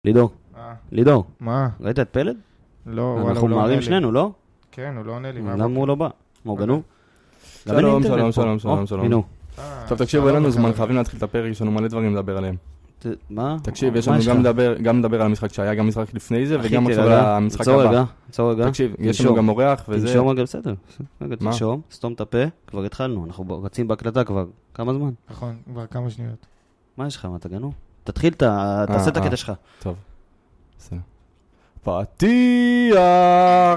לידור. מה? ראית את פלד? לא, וואלה, אנחנו הוא לא עונה מערים לי. שנינו, לא? כן, הוא לא עונה לי. למה הוא לא בא? מה הוא גנוב? שלום, שלום. הנה. טוב, תקשיבו, אין לנו זמן, חייבים להתחיל את הפרק, יש לנו מלא דברים לדבר עליהם. מה? תקשיב, יש לנו גם לדבר על המשחק שהיה, גם משחק לפני זה, וגם עכשיו על המשחק עצור הבא. רגע. תקשיב, יש לנו גם אורח וזה... תנשום רגע, בסדר. תנשום, סתום את הפה, כבר התחלנו, אנחנו רצים בהקלטה כבר. כמה זמן? נכון, כבר כמה שניות. מה יש לך? מה, אתה גנוב? תתחיל, תעשה את הקטע שלך. טוב, בסדר. פתיח!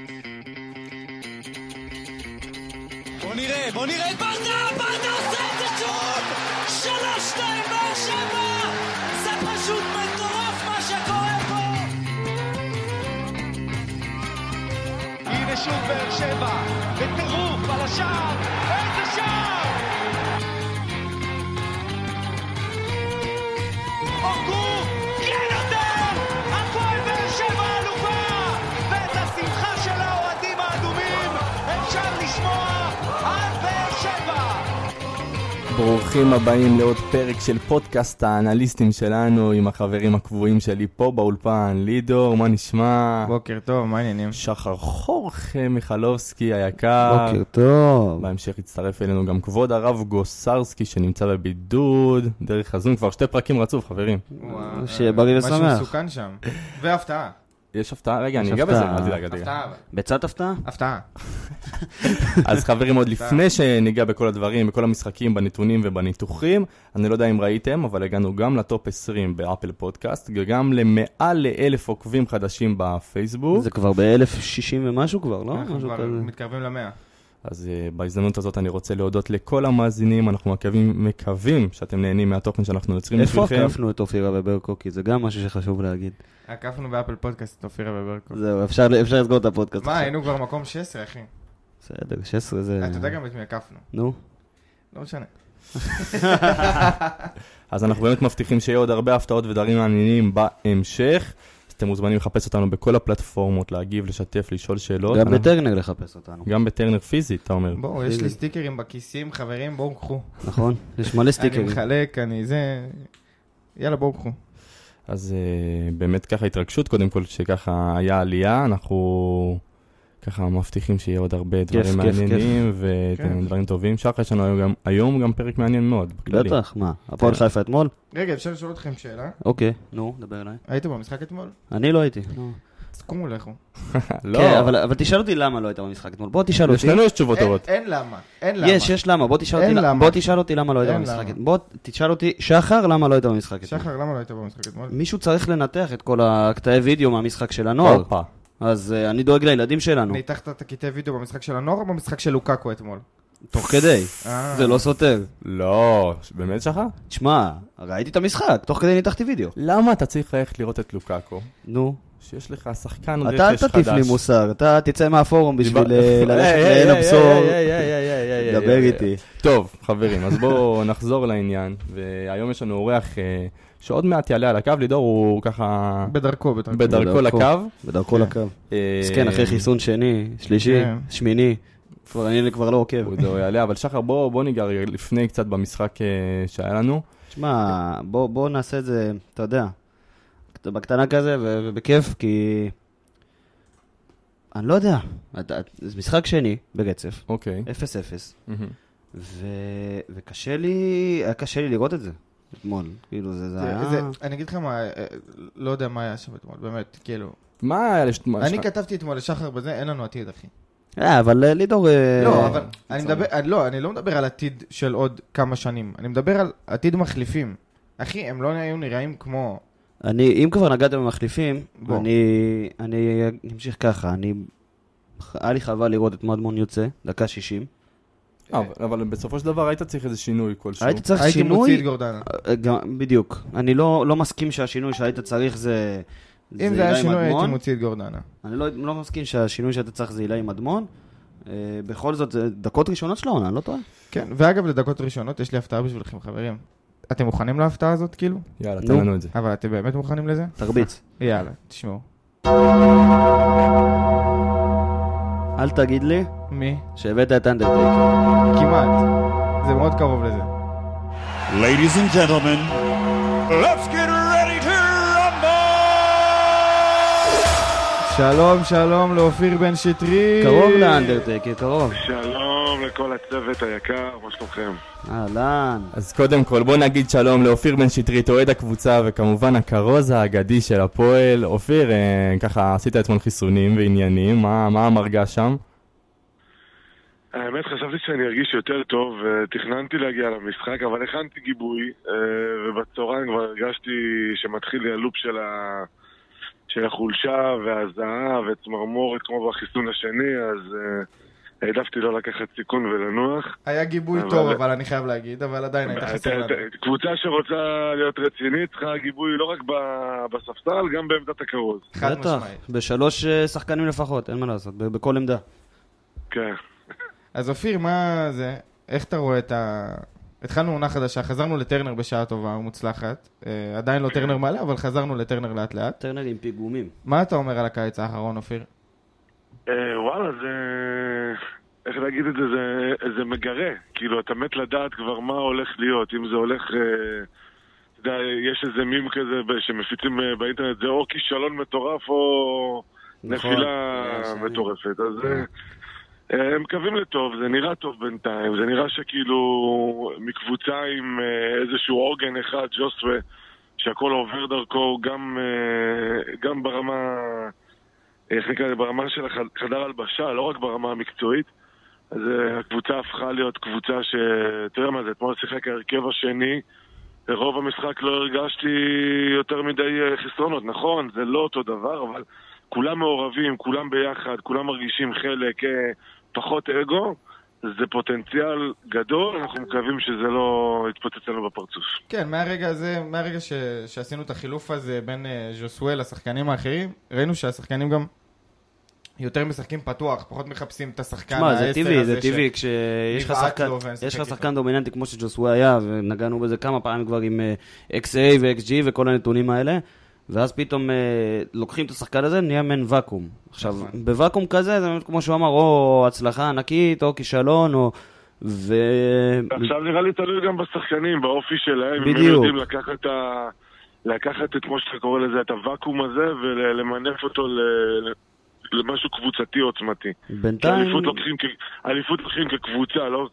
בוא נראה את ברדה עושה את זה שוב! 3-2 באר שבע! זה פשוט מטורף מה שקורה פה! הנה שוב באר שבע, בטירוף על השער, איזה שער! אורגו, כן יותר! הפועל באר שבע אלופה! ואת השמחה של האוהדים האדומים אפשר לשמוע על באר שבע! ברוכים הבאים לעוד פרק של פודקאסט האנליסטים שלנו עם החברים הקבועים שלי פה באולפן. לידור, מה נשמע? בוקר טוב, מה העניינים? שחר חורכה מיכלובסקי היקר. בוקר טוב. בהמשך הצטרף אלינו גם כבוד הרב גוסרסקי שנמצא בבידוד דרך הזום, כבר 2 פרקים רצוף, חברים. שיהיה בריא ושמח. משהו מסוכן שם. והפתעה. יש הפתעה? רגע, אני אגע בזה. הפתעה. בצד הפתעה? הפתעה. אז חברים, עוד לפני שניגע בכל הדברים, בכל המשחקים, בנתונים ובניתוחים, אני לא יודע אם ראיתם, אבל הגענו גם לטופ 20 באפל פודקאסט, וגם למעל ל1,000 עוקבים חדשים בפייסבוק. זה כבר ב-1060 ומשהו כבר, לא? אנחנו כבר מתקרבים ל100. אז בהזדמנות הזאת אני רוצה להודות לכל המאזינים, אנחנו מקווים שאתם נהנים מהתוכן שאנחנו יוצרים בשבילכם. איפה עקפנו את אופירה וברקו? כי זה גם משהו שחשוב להגיד. עקפנו באפל פודקאסט, אופירה וברקו. זהו, אפשר לסגור את הפודקאסט. מה, היינו כבר מקום 16, אחי. בסדר, 16 זה... אתה יודע גם את מי עקפנו. נו. לא משנה. אז אנחנו באמת מבטיחים שיהיה עוד הרבה הפתעות ודברים מעניינים בהמשך. אתם מוזמנים לחפש אותנו בכל הפלטפורמות, להגיב, לשתף, לשאול שאלות. גם בטרנר לחפש אותנו. גם בטרנר פיזית, אתה אומר. בואו, יש לי סטיקרים בכיסים, חברים, בואו קחו. נכון, יש מלא סטיקרים. אני מחלק, אני זה... יאללה, בואו קחו. אז באמת ככה התרגשות, קודם כל שככה היה עלייה, אנחנו ככה מבטיחים שיהיה עוד הרבה דברים מעניינים ודברים טובים. שחר, יש לנו היום גם פרק מעניין מאוד. בטח, מה? הפועל חיפה אתמול? רגע, אפשר לשאול אתכם שאלה? אוקיי, נו, דבר אליי. היית במשחק אתמול? אני לא הייתי. אז קומו לכו. כן, אבל תשאל אותי למה לא היית במשחק אתמול. בוא תשאל אותי. לשנינו יש תשובות טובות. אין למה. יש למה. בוא תשאל אותי למה לא היית במשחק. בוא תשאל אותי, שחר, למה לא היית במשחק אתמול. שחר, למה לא היית במשחק אתמול? מישהו צריך לנתח את כל הקטעי וידאו מהמשחק של הנוער. אז אני דואג לילדים שלנו. ניתחת את הקטעי וידאו במשחק של הנוער או במשחק של לוקאקו אתמול? תוך כדי. זה לא סותר. לא, באמת שחר? תשמע, ראיתי את המשחק, תוך כדי ניתחתי וידאו. למה אתה צריך ללכת לראות את לוקאקו? נו. שיש לך שחקן רכש אתה חדש. אל תטיף לי מוסר, אתה תצא מהפורום בשביל ללכת לאל הבשור. דבר איתי. טוב, חברים, אז בואו נחזור לעניין. והיום יש לנו אורח שעוד מעט יעלה על הקו. לידור הוא ככה... בדרכו לקו. בדרכו לקו. סכן, אחרי חיסון שני, שלישי, שמיני. אני כבר לא עוקב. הוא יעלה, אבל שחר, בוא ניגע לפני קצת במשחק שהיה לנו. תשמע, בוא נעשה את זה, אתה יודע, בקטנה כזה ובכיף, כי אני לא יודע, זה משחק שני ברצף, 0-0, וקשה לי, היה קשה לי לראות את זה אתמול, כאילו זה היה... אני אגיד לך מה, לא יודע מה היה שם אתמול, באמת, כאילו... מה היה? אני כתבתי אתמול לשחר בזה, אין לנו עתיד, אחי. אבל לידור... לא, אבל אני לא מדבר על עתיד של עוד כמה שנים, אני מדבר על עתיד מחליפים. אחי, הם לא היו נראים כמו... אם כבר נגעתם במחליפים, אני אמשיך ככה, היה לי חבל לראות את מדמון יוצא, דקה 60. אבל בסופו של דבר היית צריך איזה שינוי כלשהו. היית צריך שינוי... הייתי מוציא את גורדנה. בדיוק. אני לא מסכים שהשינוי שהיית צריך זה... אם זה היה שינוי הייתי מוציא את גורדנה. אני לא מסכים שהשינוי שאתה צריך זה אילי מדמון. בכל זאת, זה דקות ראשונות שלו, אני לא טועה. כן, ואגב, לדקות ראשונות יש לי הפתעה בשבילכם, חברים. אתם מוכנים להפתעה הזאת, כאילו? יאללה, תן לנו את זה. אבל אתם באמת מוכנים לזה? תרביץ. יאללה, תשמעו. אל תגיד לי. מי? שהבאת את אנדרטייקר. כמעט. זה מאוד קרוב לזה. Ladies and gentlemen, let's get ready to rumble! שלום לאופיר בן שטרית. קרוב לאנדרטקר, קרוב. שלום לכל הצוות היקר, מה שלומכם? אהלן. אז קודם כל בוא נגיד שלום לאופיר בן שטרית, אוהד הקבוצה וכמובן הכרוז האגדי של הפועל. אופיר, ככה עשית אתמול חיסונים ועניינים, מה המרגש שם? האמת חשבתי שאני ארגיש יותר טוב, תכננתי להגיע למשחק, אבל הכנתי גיבוי, ובצהריים כבר הרגשתי שמתחיל לי הלופ של החולשה והזעה וצמרמורת כמו בחיסון השני, אז העדפתי לא לקחת סיכון ולנוח. היה גיבוי טוב, אבל אני חייב להגיד, אבל עדיין היית חסר לנו. קבוצה שרוצה להיות רצינית, צריכה גיבוי לא רק בספסל, גם בעמדת הכרוז. חד משמעית. בשלוש שחקנים לפחות, אין מה לעשות, בכל עמדה. כן. אז אופיר, מה זה? איך אתה רואה את התחלנו עונה חדשה, חזרנו לטרנר בשעה טובה ומוצלחת. עדיין לא טרנר מלא, אבל חזרנו לטרנר לאט לאט. טרנר עם פיגומים. מה אתה אומר על הקיץ האחרון, אופיר? וואלה, איך להגיד את זה, זה מגרה. כאילו, אתה מת לדעת כבר מה הולך להיות. אם זה הולך, אתה יודע, יש איזה מים כזה שמפיצים באינטרנט, זה או כישלון מטורף או נפילה מטורפת. אז הם מקווים לטוב, זה נראה טוב בינתיים, זה נראה שכאילו מקבוצה עם איזשהו עוגן אחד, ג'וסווה, שהכל עובר דרכו גם ברמה, ברמה של חדר הלבשה, לא רק ברמה המקצועית. אז הקבוצה הפכה להיות קבוצה תראה מה זה, אתמול שיחק ההרכב השני, רוב המשחק לא הרגשתי יותר מדי חסרונות, נכון, זה לא אותו דבר, אבל כולם מעורבים, כולם ביחד, כולם מרגישים חלק, פחות אגו, זה פוטנציאל גדול, אנחנו מקווים שזה לא יתפוצץ לנו בפרצוף. כן, מהרגע שעשינו את החילוף הזה בין ז'וסווה לשחקנים האחרים, ראינו שהשחקנים גם יותר משחקים פתוח, פחות מחפשים את השחקן העשר הזה. זה טבעי, כשיש לך שחקן דומיננטי כמו שג'וסווה היה, ונגענו בזה כמה פעמים כבר עם XA ו-XG וכל הנתונים האלה, ואז פתאום לוקחים את השחקן הזה, נהיה מן וקום. עכשיו, בוואקום כזה, זה באמת כמו שהוא אמר, או הצלחה ענקית, או כישלון, או... עכשיו נראה לי תלוי גם בשחקנים, באופי שלהם. בדיוק. אם הם יודעים לקחת את, כמו שאתה קורא לזה, את הוואקום הזה, ולמנף אותו למשהו קבוצתי עוצמתי. בינתיים... אליפות לוקחים כקבוצה, לא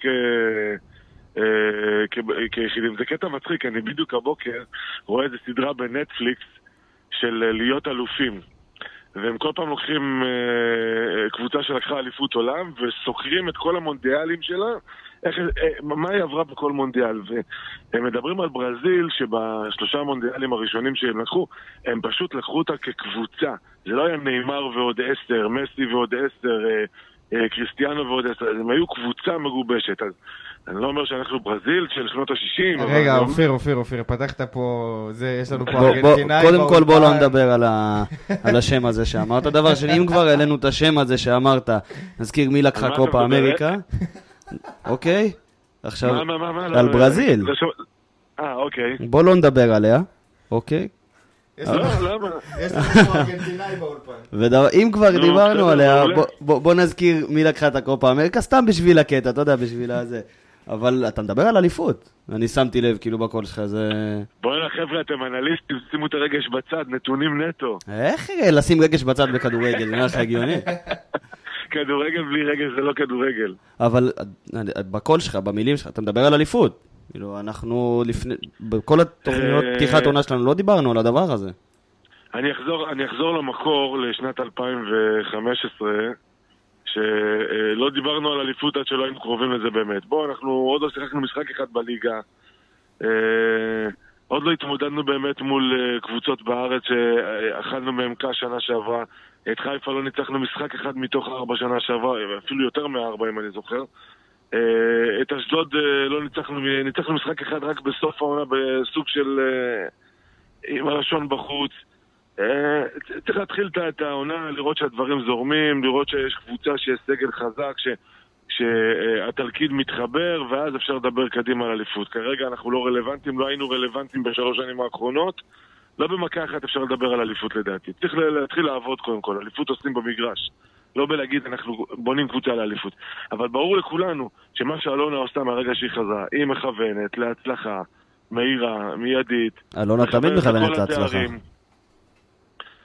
כיחידים. זה קטע מצחיק, אני בדיוק הבוקר רואה איזה סדרה בנטפליקס, של להיות אלופים, והם כל פעם לוקחים קבוצה שלקחה אליפות עולם וסוקרים את כל המונדיאלים שלה, מה היא עברה בכל מונדיאל. והם מדברים על ברזיל שבשלושה המונדיאלים הראשונים שהם לקחו, הם פשוט לקחו אותה כקבוצה. זה לא היה ניימר ועוד 10, מסי ועוד 10, קריסטיאנו ועוד 10, הם היו קבוצה מגובשת. אז אני לא אומר שאנחנו ברזיל של שנות ה-60. רגע, אופיר, פתחת פה, יש לנו פה ארגנטינאי. קודם כל בוא לא נדבר על השם הזה שאמרת. דבר שני, אם כבר העלינו את השם הזה שאמרת, נזכיר מי לקחה קופה אמריקה. אוקיי? עכשיו, על ברזיל. אוקיי. בוא לא נדבר עליה. אוקיי? למה? יש לנו פה ארגנטינאי באולפן. אם כבר דיברנו עליה, בוא נזכיר מי לקחה את הקופה אמריקה, סתם בשביל הקטע, אתה יודע, בשביל הזה. אבל אתה מדבר על אליפות. אני שמתי לב, כאילו בקול שלך זה... בואי לחבר'ה, אתם אנליסטים, שימו את הרגש בצד, נתונים נטו. איך לשים רגש בצד בכדורגל? זה נראה לך הגיוני. כדורגל בלי רגש זה לא כדורגל. אבל בקול שלך, במילים שלך, אתה מדבר על אליפות. כאילו, אנחנו לפני... בכל התוכניות פתיחת עונה שלנו לא דיברנו על הדבר הזה. אני אחזור למקור לשנת 2015, שלא דיברנו על אליפות עד שלא היינו קרובים לזה באמת. אנחנו עוד לא שיחקנו משחק אחד בליגה, עוד לא התמודדנו באמת מול קבוצות בארץ שאכלנו מהם קש שנה שעברה. את חיפה לא ניצחנו משחק אחד מתוך 4 שנה שעברה, אפילו יותר מ4 אם אני זוכר. את אשדוד לא ניצחנו משחק אחד רק בסוף העונה בסוג של עם הלשון בחוץ. צריך להתחיל את העונה, לראות שהדברים זורמים, לראות שיש קבוצה שיש סגל חזק, שהתלכיד מתחבר, ואז אפשר לדבר קדימה על אליפות. כרגע אנחנו לא רלוונטיים, לא היינו רלוונטיים ב3 שנים האחרונות, לא במכה אחת אפשר לדבר על אליפות לדעתי. צריך להתחיל לעבוד קודם כל, אליפות עושים במגרש. לא בלהגיד אנחנו בונים קבוצה לאליפות. אבל ברור לכולנו שמה שאלונה עושה מהרגע שהיא חזרה, היא מכוונת להצלחה, מהירה, מיידית. אלונה תמיד מכוונת להצלחה.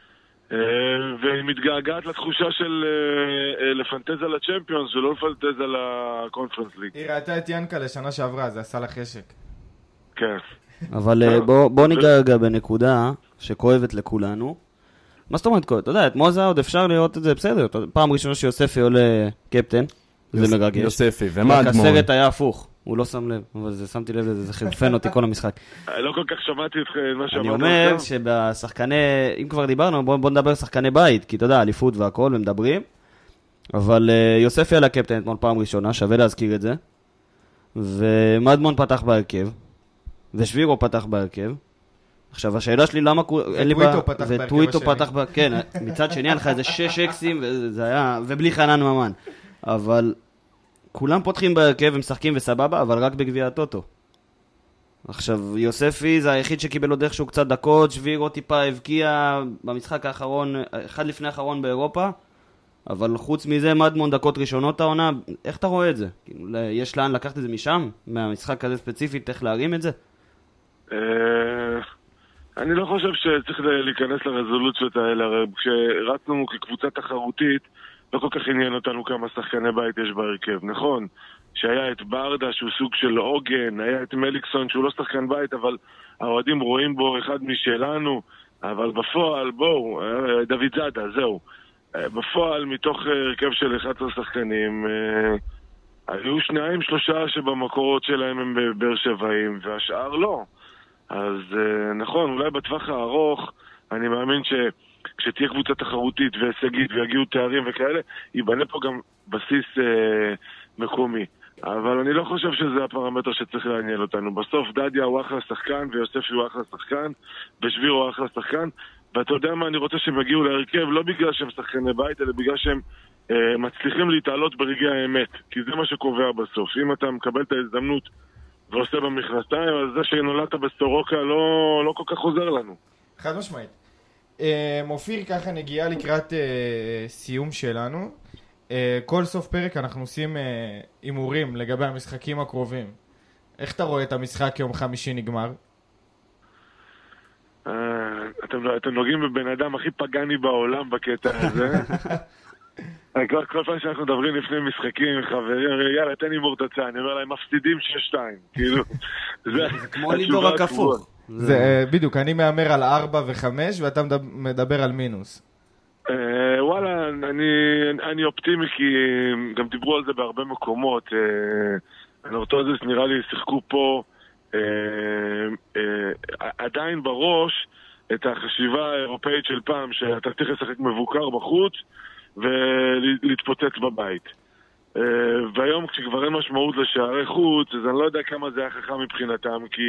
והיא מתגעגעת לתחושה של לפנטז על הצ'מפיונס ולא לפנטז על הקונפרנס ליג. היא ראתה את ינקה לשנה שעברה, זה עשה לה חשק. כן. אבל בוא ניגע בנקודה שכואבת לכולנו. מה זאת אומרת כואבת? אתה יודע, את מוזה עוד אפשר לראות את זה בסדר. פעם ראשונה שיוספי עולה קפטן, זה מרגש. יוספי, ומה אדמון? הסרט היה הפוך, הוא לא שם לב, אבל שמתי לב לזה, זה חרפן אותי כל המשחק. לא כל כך שמעתי את מה שאמרת. אני אומר שבשחקני, אם כבר דיברנו, בוא נדבר על שחקני בית, כי אתה יודע, אליפות והכל, ומדברים. אבל יוספי עלה קפטן אתמול פעם ראשונה, שווה להזכיר את זה. ומדמון פתח בהרכב, ושבירו פתח בהרכב. עכשיו, השאלה שלי, למה... וטוויטו פתח בהרכב, כן, מצד שני, היה לך איזה 6 אקסים, וזה היה... ובלי חנן ממן. אבל כולם פותחים בהרכב ומשחקים וסבבה, אבל רק בגביע הטוטו. עכשיו, יוספי זה היחיד שקיבל עוד איכשהו קצת דקות, שבירו טיפה הבקיע במשחק האחרון, אחד לפני האחרון באירופה, אבל חוץ מזה, מדמון דקות ראשונות העונה, איך אתה רואה את זה? יש לאן לקחת את זה משם? מהמשחק כזה ספציפית, איך להרים את זה? אני לא חושב שצריך להיכנס לרזולוציות האלה, הרי כשרצנו כקבוצה תחרותית, לא כל כך עניין אותנו כמה שחקני בית יש בהרכב, נכון? שהיה את ברדה שהוא סוג של עוגן, היה את מליקסון שהוא לא שחקן בית, אבל האוהדים רואים בו אחד משלנו, אבל בפועל, בואו, דוד זאדה, זהו. בפועל, מתוך הרכב של 11 שחקנים, היו 2-3 שבמקורות שלהם הם באר שבעים, והשאר לא. אז נכון, אולי בטווח הארוך, אני מאמין כשתהיה קבוצה תחרותית והישגית ויגיעו תארים וכאלה, ייבנה פה גם בסיס מקומי. אבל אני לא חושב שזה הפרמטר שצריך לעניין אותנו. בסוף דדיה הוא אחלה שחקן, ויוספי הוא אחלה שחקן, ושבירו הוא אחלה שחקן, ואתה יודע מה, אני רוצה שהם יגיעו להרכב לא בגלל שהם שחקני בית, אלא בגלל שהם מצליחים להתעלות ברגעי האמת, כי זה מה שקובע בסוף. אם אתה מקבל את ההזדמנות ועושה במכנסיים, אז זה שנולדת בסורוקה לא כל כך עוזר לנו. חד משמעית. אופיר, ככה נגיעה לקראת סיום שלנו. כל סוף פרק אנחנו עושים אימורים לגבי המשחקים הקרובים. איך אתה רואה את המשחק יום חמישי נגמר? אתם נוגעים בבן אדם הכי פגני בעולם בקטע הזה. כל פעם שאנחנו מדברים לפני משחקים, חברים, יאללה, תן הימור תוצאה, אני אומר להם, מפסידים 6-2, כאילו, זה כמו לידור הכפוך. זה בדיוק, אני מאמר על 4 ו-5, ואתה מדבר על מינוס. וואלה, אני אופטימי, כי גם דיברו על זה בהרבה מקומות. הנורטוזס נראה לי שיחקו פה עדיין בראש את החשיבה האירופאית של פעם, שאתה צריך לשחק מבוקר בחוץ, ולהתפוצץ בבית. והיום כשכבר אין משמעות לשערי חוץ, אז אני לא יודע כמה זה היה חכם מבחינתם, כי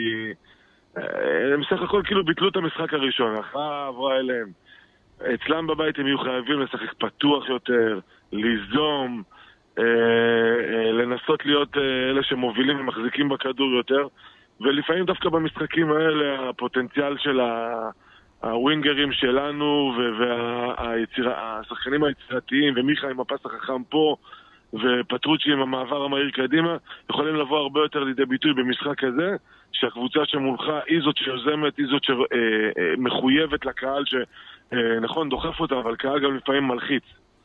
הם סך הכל כאילו ביטלו את המשחק הראשון, אחר עברה אליהם. אצלם בבית הם יהיו חייבים לשחק פתוח יותר, ליזום, לנסות להיות אלה שמובילים ומחזיקים בכדור יותר, ולפעמים דווקא במשחקים האלה הפוטנציאל של הווינגרים שלנו והשחקנים היצירתיים ומיכה עם הפס החכם פה ופטרוצ'י עם המעבר המהיר קדימה יכולים לבוא הרבה יותר לידי ביטוי במשחק הזה, שהקבוצה שמולך היא זאת שיוזמת, היא זאת שמחויבת לקהל שנכון דוחף אותה, אבל קהל גם לפעמים מלחיץ.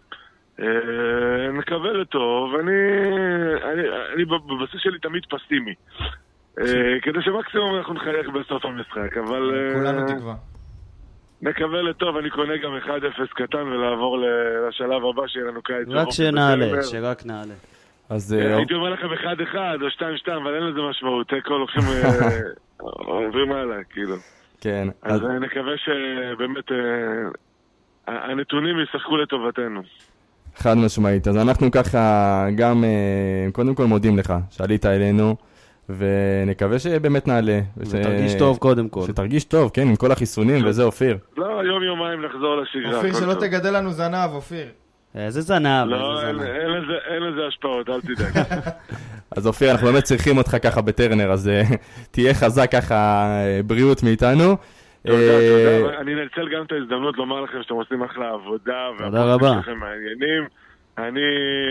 נקווה לטוב, אני בבסיס שלי תמיד פסימי, כדי שמקסימום אנחנו נחייך בסוף המשחק, אבל כולנו תקווה. נקווה לטוב, אני קונה גם 1-0 קטן ולעבור לשלב הבא שיהיה לנו קיץ. רק שנעלה, שרק נעלה. הייתי אומר לכם 1-1 או 2-2, אבל אין לזה משמעות, תיקו לוקחים, עוברים הלאה, כאילו. כן. אז נקווה שבאמת הנתונים ישחקו לטובתנו. חד משמעית. אז אנחנו ככה גם קודם כל מודים לך שעלית אלינו, ונקווה שבאמת נעלה. ותרגיש טוב קודם כל. שתרגיש טוב, כן, עם כל החיסונים וזה, אופיר. לא, יום-יומיים לחזור לשגרה. אופיר, שלא תגדל לנו זנב, אופיר. איזה זנב. לא, אין לזה השפעות, אל תדאג. אז אופיר, אנחנו באמת צריכים אותך ככה בטרנר, אז תהיה חזק ככה בריאות מאיתנו. תודה. אני ננצל גם את ההזדמנות לומר לכם שאתם עושים אחלה עבודה. תודה רבה. שלכם מעניינים. אני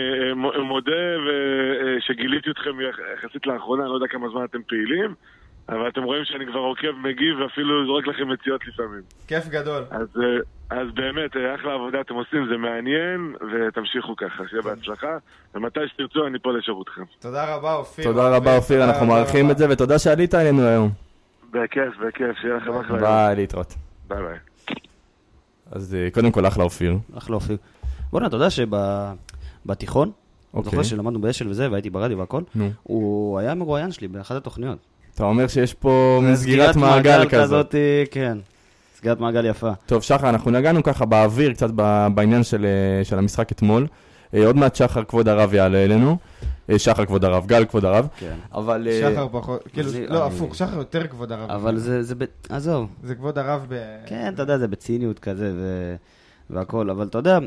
מודה שגיליתי אתכם יחסית לאחרונה, אני לא יודע כמה זמן אתם פעילים, אבל אתם רואים שאני כבר עוקב, מגיב, ואפילו זורק לכם מציאות לפעמים. כיף גדול. אז באמת, אחלה עבודה אתם עושים, זה מעניין, ותמשיכו ככה, שיהיה בהצלחה, ומתי שתרצו אני פה לשירותכם. תודה רבה, אופיר. תודה רבה, אופיר, אנחנו מעריכים את זה, ותודה שעלית אלינו היום. בכיף, שיהיה לכם אחלה. ביי, להתראות. ביי. אז קודם כל, אחלה אופיר. אחלה אופיר. בוא'נה, אתה יודע שבתיכון, זוכר שלמדנו באשל וזה, והייתי ברדיו והכל, הוא היה מרואיין שלי באחת התוכניות. אתה אומר שיש פה סגירת מעגל כזאת. כן, סגירת מעגל יפה. טוב, שחר, אנחנו נגענו ככה באוויר קצת בעניין של המשחק אתמול. עוד מעט שחר כבוד הרב יעלה אלינו. שחר כבוד הרב, גל כבוד הרב. כן. אבל... שחר פחות, כאילו, לא, הפוך, שחר יותר כבוד הרב. אבל זה, עזוב. זה כבוד הרב כן, אתה יודע, זה בציניות כזה והכל, אבל אתה יודע,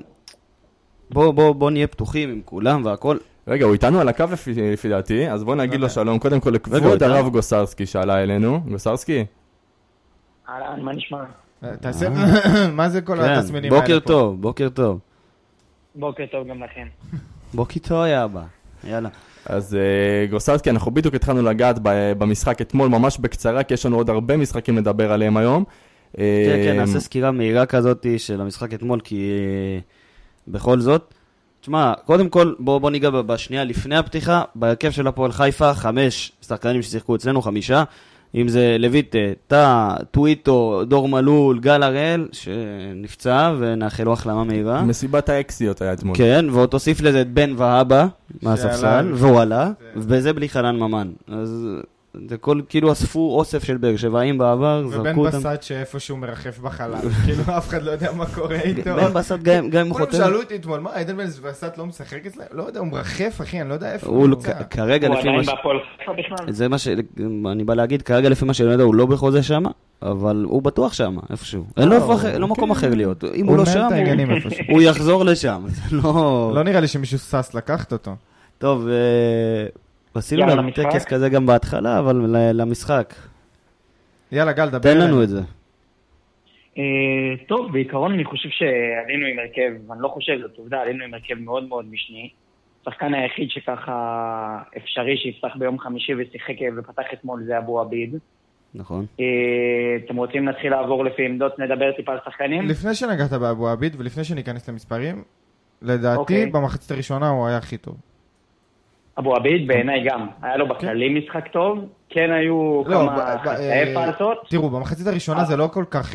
בוא נהיה פתוחים עם כולם והכל. רגע, הוא איתנו על הקו לפי דעתי, אז בוא נגיד לו שלום. קודם כל לכבוד הרב גוסרסקי שעלה אלינו. גוסרסקי? אהלן, מה נשמע? תעשה, מה זה כל התסמינים האלה פה? בוקר טוב, בוקר טוב. בוקר טוב גם לכם. בוקר טוב, יא אבא. יאללה. אז גוסרסקי, אנחנו בדיוק התחלנו לגעת במשחק אתמול ממש בקצרה, כי יש לנו עוד הרבה משחקים לדבר עליהם היום. כן, נעשה סקירה מהירה כזאת של המשחק אתמול, כי בכל זאת, תשמע, קודם כל, בוא ניגע בשנייה לפני הפתיחה, בהרכב של הפועל חיפה, 5 שחקנים ששיחקו אצלנו, 5, אם זה לויט, טוויטו, דור מלול, גל הראל, שנפצע ונאחל לו החלמה מהירה. מסיבת האקסיות היה אתמול. כן, ועוד תוסיף לזה את בן ואבא מהספסל, והוא עלה, וזה בלי חנן ממן. אז זה כל, כאילו אספו אוסף של באר שבעים בעבר, זרקו אותם. ובן בסט שאיפשהו מרחף בחלל, כאילו אף אחד לא יודע מה קורה איתו. בן בסט גם אם הוא חותם. כולם שאלו אותי אתמול, מה, עדן בן בסט לא משחק אצלם? לא יודע, הוא מרחף אחי, אני לא יודע איפה הוא נמצא. כרגע הוא לפי עדיין מה בהפועל חיפה בכלל? זה מה אני בא להגיד, כרגע לפי מה שאני יודע, הוא לא בחוזה שם, אבל הוא בטוח שם, איפשהו. אין לו מקום אחר להיות. אם הוא לא שם, הוא יחזור לשם. לא נראה לי שמישהו סס לקחת אותו. טוב, עשינו לנו טקס כזה גם בהתחלה, אבל למשחק. יאללה, גל, דבר. תן לנו את זה. טוב, בעיקרון אני חושב שעלינו עם הרכב, אני לא חושב, זאת עובדה, עלינו עם הרכב מאוד מאוד משני. השחקן היחיד שככה אפשרי שיפתח ביום חמישי ושיחק ופתח אתמול זה אבו עביד. נכון. אתם רוצים להתחיל לעבור לפי עמדות, נדבר טיפה על שחקנים? לפני שנגעת באבו עביד ולפני שניכנס למספרים, לדעתי במחצית הראשונה הוא היה הכי טוב. אבו עביד בעיניי גם, היה לו בכללי משחק טוב, כן היו כמה חצאי פלטות. תראו, במחצית הראשונה זה לא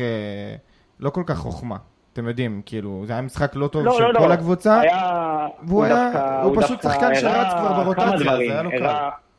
כל כך חוכמה, אתם יודעים, כאילו, זה היה משחק לא טוב של כל הקבוצה, הוא פשוט שחקן שרץ כבר ברוטציה, זה היה לו קל.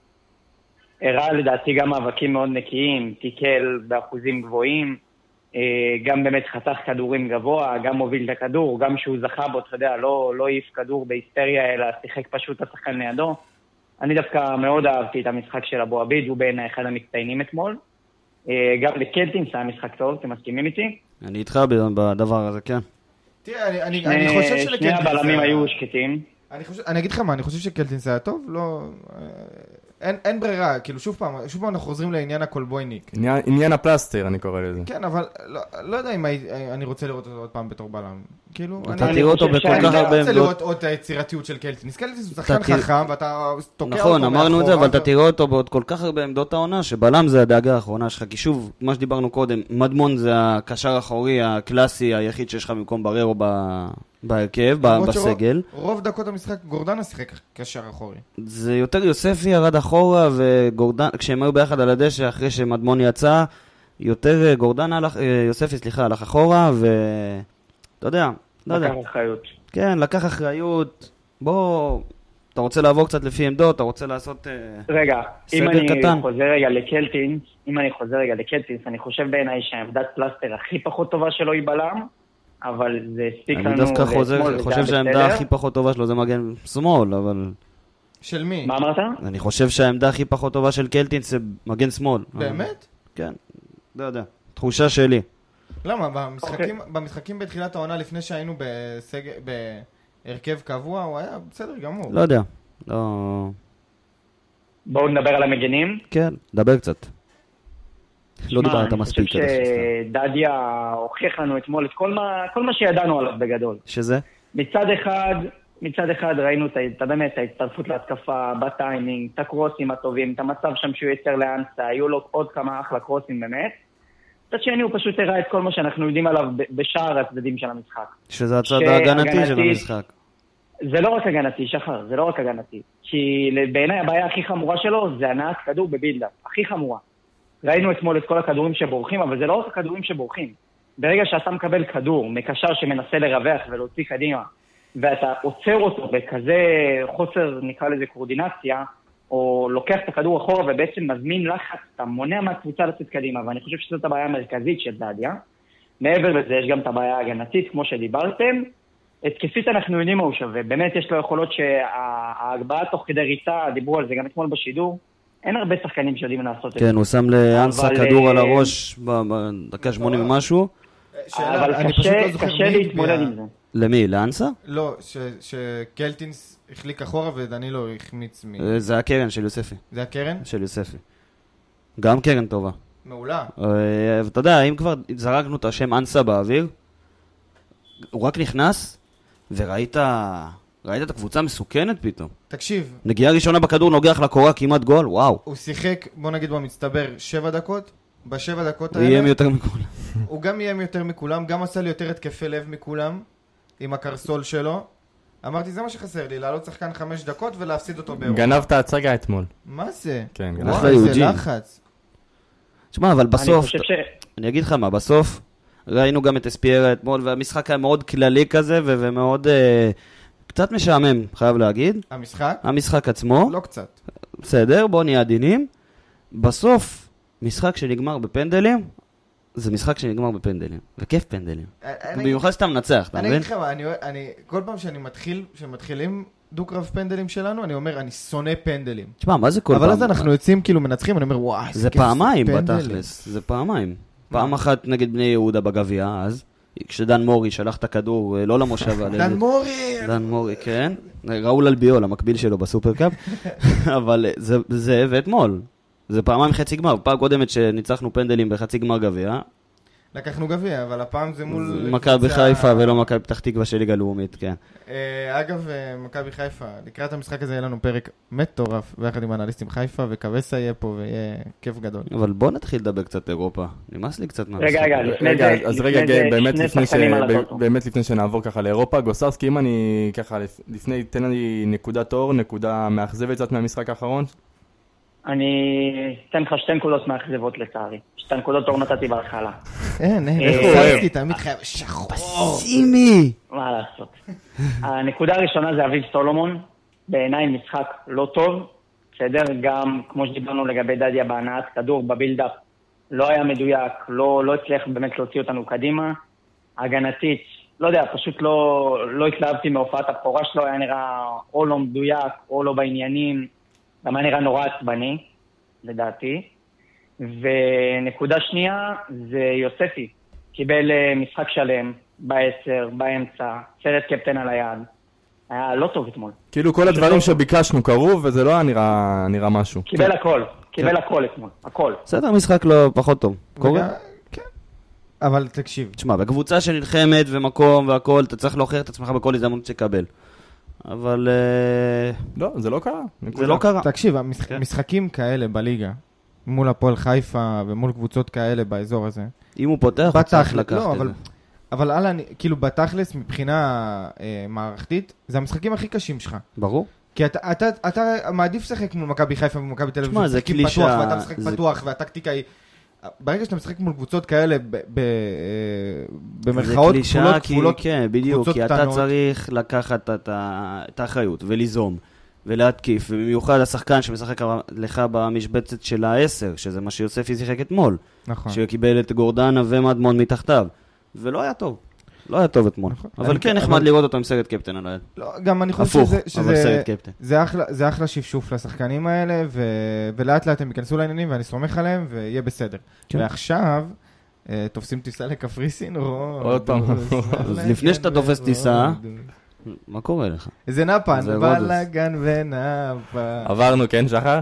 הראה לדעתי גם מאבקים מאוד נקיים, תיקל באחוזים גבוהים, גם באמת חתך כדורים גבוה, גם מוביל את הכדור, גם שהוא זכה בו, אתה יודע, לא העיף כדור בהיסטריה, אלא שיחק פשוט את השחקן לידו. אני דווקא מאוד אהבתי את המשחק של אבו עביד, הוא בין אחד המצטיינים אתמול. גם לקלטינס היה משחק טוב, אתם מסכימים איתי? אני איתך בדבר הזה, כן. תראה, אני חושב שלקלטינס... שני הבלמים היו שקטים. אני אגיד לך מה, אני חושב שקלטינס היה טוב, לא... אין ברירה, כאילו שוב פעם אנחנו חוזרים לעניין הקולבויניק. עניין הפלסטר, אני קורא לזה. כן, אבל לא יודע אם אני רוצה לראות אותו עוד פעם בתור בלם. כאילו, אתה תראה אותו בכל כך הרבה... אני רוצה לראות עוד את היצירתיות של קלטינס. קלטינס הוא שחקן חכם, ואתה תוקע אותו נכון, אמרנו את זה, אבל אתה תראה אותו בעוד כל כך הרבה עמדות העונה, שבלם זה הדאגה האחרונה שלך. כי שוב, מה שדיברנו קודם, מדמון זה הקשר האחורי הקלאסי היחיד שיש לך במקום בררו בהרכב, בסגל. רוב דקות המשחק גורדנה שיחק קשר אחורי. זה יותר יוספי ירד אחורה, וגורדן, כשהם היו ביחד על הדשא, אחרי שמדמון יצא, יותר גורדנה, יוספי, סליחה, הלך אחורה, אתה יודע, לא יודע. לקח אחריות. כן, לקח אחריות. בוא, אתה רוצה לעבור קצת לפי עמדות, אתה רוצה לעשות רגע, אם סדר אני קטן. חוזר רגע לקלטינס, אני חושב בעיניי שהעמדת פלסטר הכי פחות טובה שלו היא בלם, אבל זה הספיק לנו... אני דווקא חושב שהעמדה הכי פחות טובה שלו זה מגן שמאל, אבל... של מי? מה אמרת? אני חושב שהעמדה הכי פחות טובה של קלטינס זה מגן שמאל. באמת? כן, לא יודע. תחושה שלי. למה? במשחקים בתחילת העונה לפני שהיינו בהרכב קבוע, הוא היה בסדר גמור. לא יודע. בואו נדבר על המגנים. כן, דבר קצת. לא דיברת מספיק. אני חושב שדדיה הוכיח לנו אתמול את כל מה שידענו עליו בגדול. שזה? מצד אחד, מצד אחד ראינו באמת ההצטרפות להתקפה, בטיימינג, את הקרוסים הטובים, את המצב שם שהוא יצר לאנסה, היו לו עוד כמה אחלה קרוסים באמת. מצד שני הוא פשוט הראה את כל מה שאנחנו יודעים עליו בשאר הצדדים של המשחק. שזה הצד ההגנתי של המשחק. זה לא רק הגנתי, שחר, זה לא רק הגנתי. כי בעיניי הבעיה הכי חמורה שלו זה הנעת כדור בבילדאפ, הכי חמורה. ראינו אתמול את כל הכדורים שבורחים, אבל זה לא רק הכדורים שבורחים. ברגע שאתה מקבל כדור, מקשר שמנסה לרווח ולהוציא קדימה, ואתה עוצר אותו בכזה חוסר, נקרא לזה קורדינציה, או לוקח את הכדור אחורה ובעצם מזמין לחץ, אתה מונע מהקבוצה לצאת קדימה, ואני חושב שזאת הבעיה המרכזית של דדיה. מעבר לזה יש גם את הבעיה ההגנתית, כמו שדיברתם. התקפית אנחנו יודעים מה הוא שווה, באמת יש לו יכולות שההגבהה תוך כדי ריצה, דיברו על זה גם אתמול בשידור, אין הרבה שחקנים שיודעים לעשות את זה. כן, הוא שם לאנסה כדור על הראש בדקה 80 ומשהו. אבל קשה להתמודד עם זה. למי? לאנסה? לא, שקלטינס החליק אחורה ודנילו החמיץ זה הקרן של יוספי. זה הקרן? של יוספי. גם קרן טובה. מעולה. ואתה יודע, אם כבר זרקנו את השם אנסה באוויר, הוא רק נכנס, וראית את הקבוצה מסוכנת פתאום. תקשיב. נגיעה ראשונה בכדור נוגח לקורה כמעט גול, וואו. הוא שיחק, בוא נגיד במצטבר, 7 דקות. ב7 דקות האלה... הוא יהיה יותר מכולם. הוא גם יהיה יותר מכולם, גם עשה לי יותר התקפי לב מכולם, עם הקרסול שלו. אמרתי, זה מה שחסר לי, לעלות שחקן 5 דקות ולהפסיד אותו באירופה. גנב את ההצגה אתמול. מה זה? כן, גנב. וואי, זה לחץ. תשמע, אבל בסוף... אני אגיד לך מה, בסוף ראינו גם את אספיירה אתמול, והמשחק היה מאוד כללי כזה, ומאוד... קצת משעמם, חייב להגיד. המשחק? המשחק עצמו. לא קצת. בסדר, בוא נהיה עדינים. בסוף, משחק שנגמר בפנדלים, זה משחק שנגמר בפנדלים. וכיף פנדלים. במיוחד שאתה מנצח, אתה מבין? אני אגיד לך מה, כל פעם שמתחילים דו-קרב פנדלים שלנו, אני אומר, אני שונא פנדלים. תשמע, מה זה כל פעם? אבל אז אנחנו יוצאים כאילו מנצחים, אני אומר, וואי, זה פעמיים בתכלס. זה פעמיים. פעם אחת נגד בני יהודה בגביע, אז. כשדן מורי שלח את הכדור, לא למושבה. דן מורי, כן. ראול אלביול, המקביל שלו בסופרקאפ. אבל זה ואתמול. זה פעמיים חצי גמר. פעם קודמת שניצחנו פנדלים בחצי גמר גביע. לקחנו גביע, אבל הפעם זה מול... מכבי חיפה ולא מכבי פתח תקווה של ליגה לאומית, כן. אגב, מכבי חיפה, לקראת המשחק הזה יהיה לנו פרק מטורף, ביחד עם אנליסטים חיפה, וקבסה יהיה פה, ויהיה כיף גדול. אבל בוא נתחיל לדבר קצת אירופה. נמאס לי קצת מהמשחק. רגע, אז רגע, באמת לפני שנעבור ככה לאירופה, גוסרסקי, אם אני ככה, לפני, תן לי נקודת אור, נקודה מאכזבת קצת מהמשחק האחרון. אני אתן לך 2 נקודות מאכזבות לצערי. 2 נקודות אור נתתי בהתחלה. אין, גוסרסקי תמיד חייב שחור. פסימי! מה לעשות? הנקודה הראשונה זה אביב סולומון. בעיניי משחק לא טוב. בסדר, גם כמו שדיברנו לגבי דדיה בהנעת כדור בבילדאפ, לא היה מדויק, לא הצליח באמת להוציא אותנו קדימה. הגנתית, לא יודע, פשוט לא התלהבתי מהופעת הבכורה שלו, היה נראה או לא מדויק או לא בעניינים. גם היה נראה נורא עצבני, לדעתי. ונקודה שנייה זה יוספי. קיבל משחק שלם, ב10, באמצע, סרט קפטן על היד. היה לא טוב אתמול. כאילו כל הדברים שביקשנו קרו, וזה לא היה נראה משהו. קיבל הכל, קיבל הכל אתמול, הכל. בסדר, משחק לא פחות טוב. קורה? כן. אבל תקשיב. תשמע, בקבוצה שנלחמת ומקום והכל, אתה צריך להוכיח את עצמך בכל הזדמנות שתקבל. אבל... לא, זה לא קרה. זה לא קרה. תקשיב, משחקים כאלה בליגה, מול הפועל חיפה ומול קבוצות כאלה באזור הזה. אם הוא פותח, הוא צריך לקחת את זה. אבל כאילו בתכלס, מבחינה מערכתית, זה המשחקים הכי קשים שלך. ברור. כי אתה מעדיף לשחק מול מכבי חיפה ומכבי תל אביב, זה קלישה. ואתה משחק פתוח, והטקטיקה היא... ברגע שאתה משחק מול קבוצות כאלה, במרכאות כפולות, כן, בדיוק, כי אתה צריך לקחת את האחריות וליזום ולהתקיף, ובמיוחד השחקן שמשחק לך במשבצת של ה10, שזה מה שיוספי שיחק אתמול, נכון. שקיבל את גורדנה ומדמון מתחתיו, ולא היה טוב. לא היה טוב אתמול. אבל כן נחמד לראות אותו עם סרט קפטן על היד. גם אני חושב שזה אחלה שפשוף לשחקנים האלה, ולאט לאט הם ייכנסו לעניינים, ואני סומך עליהם, ויהיה בסדר. ועכשיו, תופסים טיסה לקפריסין, עוד פעם. לפני שאתה תופס טיסה, מה קורה לך? זה נפן, בלגן ונפן. עברנו, כן, שחר?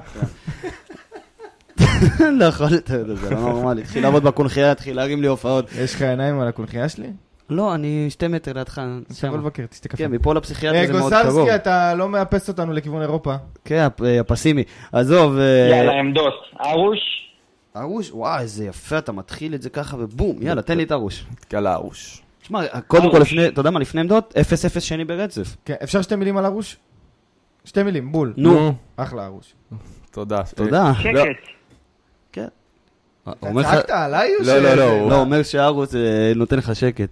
לא יכול לתת את זה, לא נורמלי. התחיל לעבוד בקונחייה, התחיל להרים לי הופעות. יש לך עיניים על הקונחייה שלי? לא, אני 2 מטר לידך. תבוא לבקר, תשתה קפה. כן, מפה לפסיכיאטר זה מאוד קרוב. גוסלסקי, אתה לא מאפס אותנו לכיוון אירופה. כן, הפסימי. עזוב. יאללה, עמדות. ארוש. ארוש, וואי, איזה יפה, אתה מתחיל את זה ככה ובום, יאללה, תן לי את ארוש. תקלה ארוש. תשמע, קודם כל, אתה יודע מה, לפני עמדות, 0-0 שני ברצף. כן, אפשר 2 מילים על ארוש? 2 מילים, בול. נו. אחלה ארוש. תודה. תודה. שקט. כן. צחקת עליי או לא, לא, הוא אומר שארוש נותן לך שקט.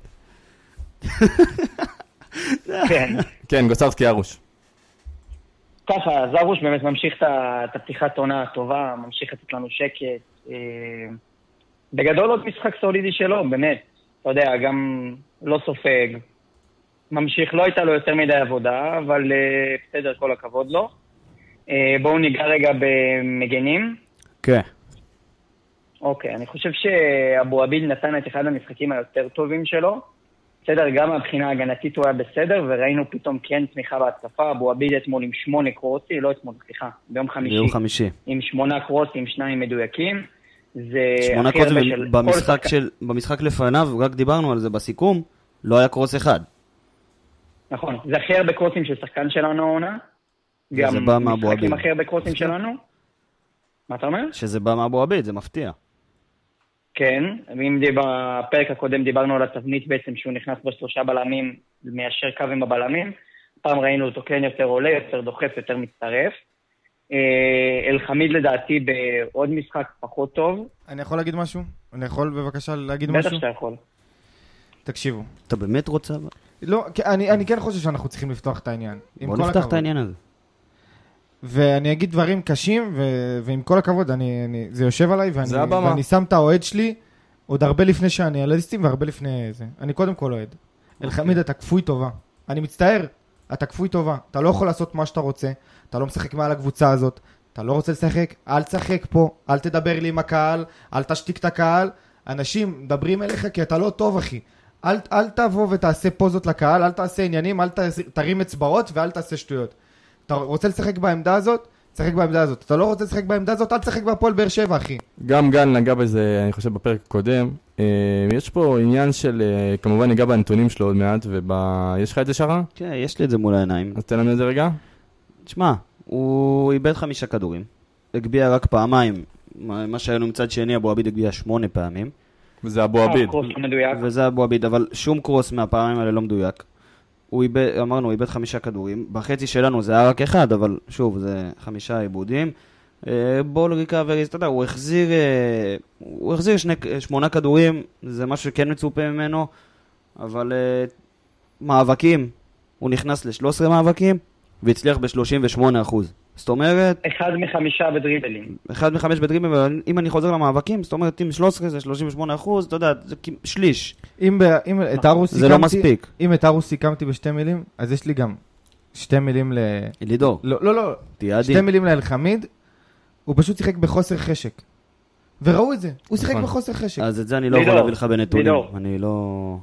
כן. כן, גוסרסקי ארוש. ככה, אז ארוש באמת ממשיך את הפתיחת עונה הטובה, ממשיך לתת לנו שקט. בגדול עוד משחק סולידי שלו, באמת. אתה יודע, גם לא סופג. ממשיך, לא הייתה לו יותר מדי עבודה, אבל בסדר, כל הכבוד לו. בואו ניגע רגע במגנים. כן. אוקיי, אני חושב שאבו עביד נתן את אחד המשחקים היותר טובים שלו. בסדר, גם מהבחינה ההגנתית הוא היה בסדר, וראינו פתאום כן תמיכה בהתקפה. אבו עביד אתמול עם 8 קרוסים, לא אתמול, סליחה, ביום חמישי. עם 8 קרוסים, 2 מדויקים. 8 קרוסים במשחק לפניו, רק דיברנו על זה בסיכום, לא היה קרוס אחד. נכון, זה הכי הרבה קרוסים של שחקן שלנו העונה. זה בא מאבו עביד. משחקים הכי הרבה קרוסים שלנו. מה אתה אומר? שזה בא מאבו עביד, זה מפתיע. כן, ואם בפרק הקודם דיברנו על התבנית בעצם שהוא נכנס ב3 בלמים, מיישר קו עם הבלמים, פעם ראינו אותו כן יותר עולה, יותר דוחף, יותר מצטרף. אלחמיד לדעתי בעוד משחק פחות טוב. אני יכול להגיד משהו? אני יכול בבקשה להגיד משהו? בטח שאתה יכול. תקשיבו. אתה באמת רוצה? לא, אני כן חושב שאנחנו צריכים לפתוח את העניין. בוא נפתח את העניין הזה. ואני אגיד דברים קשים, ועם כל הכבוד, זה יושב עליי, ואני שם את האוהד שלי עוד הרבה לפני שאני הלדיסטים, והרבה לפני זה. אני קודם כל אוהד. אלחמיד, אתה כפוי טובה. אני מצטער, אתה כפוי טובה. אתה לא יכול לעשות מה שאתה רוצה, אתה לא משחק מעל הקבוצה הזאת, אתה לא רוצה לשחק, אל תשחק פה, אל תדבר לי עם הקהל, אל תשתיק את הקהל. אנשים מדברים אליך כי אתה לא טוב, אחי. אל תבוא ותעשה פוזות לקהל, אל תעשה עניינים, אל תרים אצבעות ואל תעשה שטויות. אתה רוצה לשחק בעמדה הזאת? תשחק בעמדה הזאת. אתה לא רוצה לשחק בעמדה הזאת? אל תשחק בהפועל באר שבע, אחי. גם גל נגע בזה, אני חושב, בפרק הקודם. יש פה עניין של, כמובן נגע בנתונים שלו עוד מעט, יש לך את זה שרה? כן, יש לי את זה מול העיניים. אז תן לנו את זה רגע. תשמע, הוא איבד 5 כדורים. הגביע רק פעמיים. מה שהיינו מצד שני, אבו עביד הגביע 8 פעמים. וזה אבו עביד. וזה אבו עביד, אבל שום קרוס מהפעמים האלה לא מדויק. אמרנו, הוא איבד 5 כדורים. בחצי שלנו זה היה רק 1, אבל שוב, זה 5 עיבודים. בול ריקאברי, אתה יודע, הוא החזיר 8 כדורים, זה משהו שכן מצופה ממנו, אבל מאבקים, הוא נכנס ל-13 מאבקים, והצליח ב-38%. זאת אומרת... 1 מ5 בדריבלים. 1 מ5 בדריבלים, אבל אם אני חוזר למאבקים, זאת אומרת, אם 13 זה 38%, אתה יודע, זה שליש. זה לא מספיק. אם את ארוס סיכמתי ב2 מילים, אז יש לי גם 2 מילים לידור. לא. 2 מילים לאלחמיד, הוא פשוט שיחק בחוסר חשק. וראו את זה, הוא שיחק בחוסר חשק. אז את זה אני לא יכול להביא לך בנתונים. אני לא...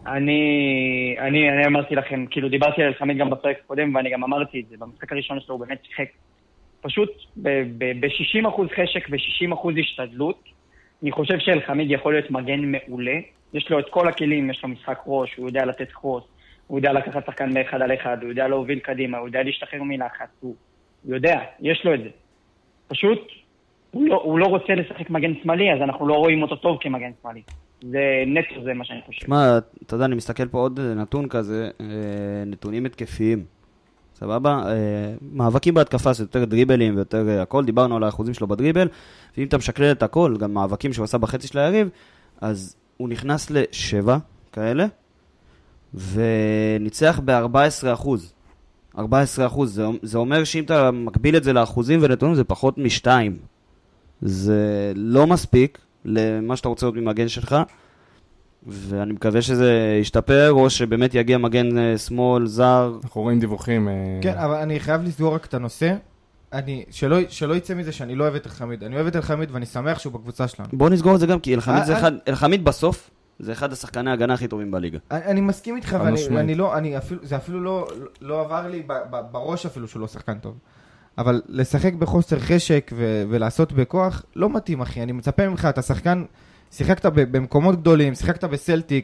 אני אמרתי לכם, כאילו דיברתי על אלחמיד גם בפרק הקודם, ואני גם אמרתי את זה, במשחק הראשון שלו הוא באמת שיחק פשוט ב-60% חשק ו-60% השתדלות. אני חושב שאלחמיד יכול להיות מגן מעולה. יש לו את כל הכלים, יש לו משחק ראש, הוא יודע לתת חוס, הוא יודע לקחת שחקן מאחד על אחד, הוא יודע להוביל קדימה, הוא יודע להשתחרר מלחץ, הוא יודע, יש לו את זה. פשוט, הוא לא רוצה לשחק מגן שמאלי, אז אנחנו לא רואים אותו טוב כמגן שמאלי. זה נטו, זה מה שאני חושב. מה, אתה יודע, אני מסתכל פה עוד נתון כזה, נתונים התקפיים. סבבה? מאבקים בהתקפה זה יותר דריבלים ויותר הכל, דיברנו על האחוזים שלו בדריבל, ואם אתה משקלל את הכל, גם מאבקים שהוא עשה בחצי של היריב, אז הוא נכנס ל7 כאלה, וניצח ב-14%. 14%, זה אומר שאם אתה מקביל את זה לאחוזים ונתונים, זה פחות מ2. זה לא מספיק למה שאתה רוצה להיות ממגן שלך, ואני מקווה שזה ישתפר, או שבאמת יגיע מגן שמאל, זר. אנחנו רואים דיווחים. כן, אבל אני חייב לסגור רק את הנושא. שלא יצא מזה שאני לא אוהב את אלחמיד. אני אוהב את אלחמיד ואני שמח שהוא בקבוצה שלנו. בוא נסגור את זה גם, כי אלחמיד בסוף, זה אחד השחקני ההגנה הכי טובים בליגה. אני מסכים איתך, זה אפילו לא עבר לי בראש אפילו שהוא לא שחקן טוב. אבל לשחק בחוסר חשק ולעשות בכוח, לא מתאים, אחי. אני מצפה ממך, אתה שחקן, שיחקת במקומות גדולים, שיחקת בסלטיק,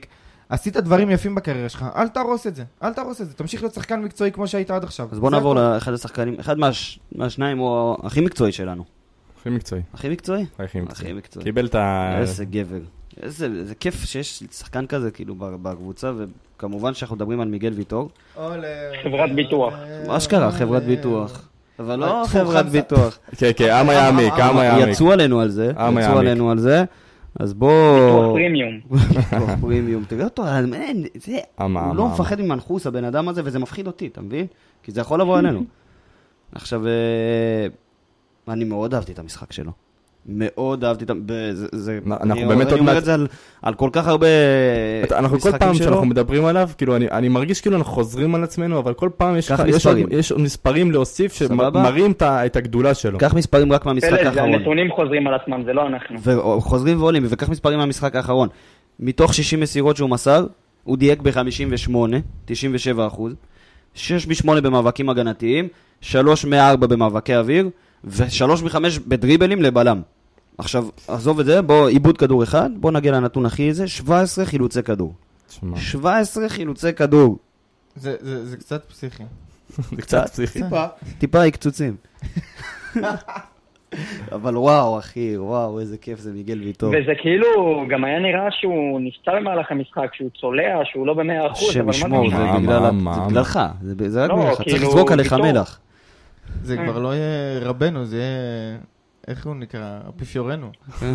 עשית דברים יפים בקריירה שלך, אל תהרוס את זה, תמשיך להיות שחקן מקצועי כמו שהיית עד עכשיו. אז בוא נעבור לאחד השחקנים, אחד מהשניים הוא הכי מקצועי שלנו. הכי מקצועי. הכי מקצועי? הכי מקצועי. קיבל את ה... איזה גבר. זה כיף שיש שחקן כזה כאילו בקבוצה, וכמובן שאנחנו מדברים על מיגל ויטור. חברת ביטוח. מה שקרה, חברת ביטוח. אבל לא חברת ביטוח. כן, עם היעמיק. יצאו עלינו על זה. אז בוא... ביטוח פרימיום. ביטוח פרימיום. תראה אותו, הוא לא מפחד ממנחוס הבן אדם הזה, וזה מפחיד אותי, אתה מבין? כי זה יכול לבוא עלינו. עכשיו, אני מאוד אהבתי את המשחק שלו. מאוד אהבתי את... אנחנו באמת אני אומר את זה על כל כך הרבה אנחנו כל פעם שאנחנו מדברים עליו, כאילו אני מרגיש כאילו אנחנו חוזרים על עצמנו, אבל כל פעם יש מספרים להוסיף שמראים את הגדולה שלו. כך מספרים רק מהמשחק האחרון. הנתונים חוזרים על עצמם, זה לא אנחנו. וחוזרים ועולים, וכך מספרים מהמשחק האחרון. מתוך 60 מסירות שהוא מסר, הוא דייק ב-58, 97%, 6 ב-8 במאבקים הגנתיים, 3 מ-4 במאבקי אוויר, ו3 מ-5 בדריבלים לבלם. עכשיו, עזוב את זה, בוא, איבוד כדור אחד, בוא נגיע לנתון הכי איזה, 17 חילוצי כדור. 17 חילוצי כדור. זה קצת פסיכי. זה קצת פסיכי. טיפה הקצוצים. אבל וואו, אחי, וואו, איזה כיף זה מיגל ויטור. וזה כאילו, גם היה נראה שהוא נפטר במהלך המשחק, שהוא צולע, שהוא לא ב100%. שמשמור, זה בגללך. זה רק בגללך, צריך לזרוק עליך מלח. זה כבר לא יהיה רבנו, זה יהיה, איך הוא נקרא? אפיפיורנו.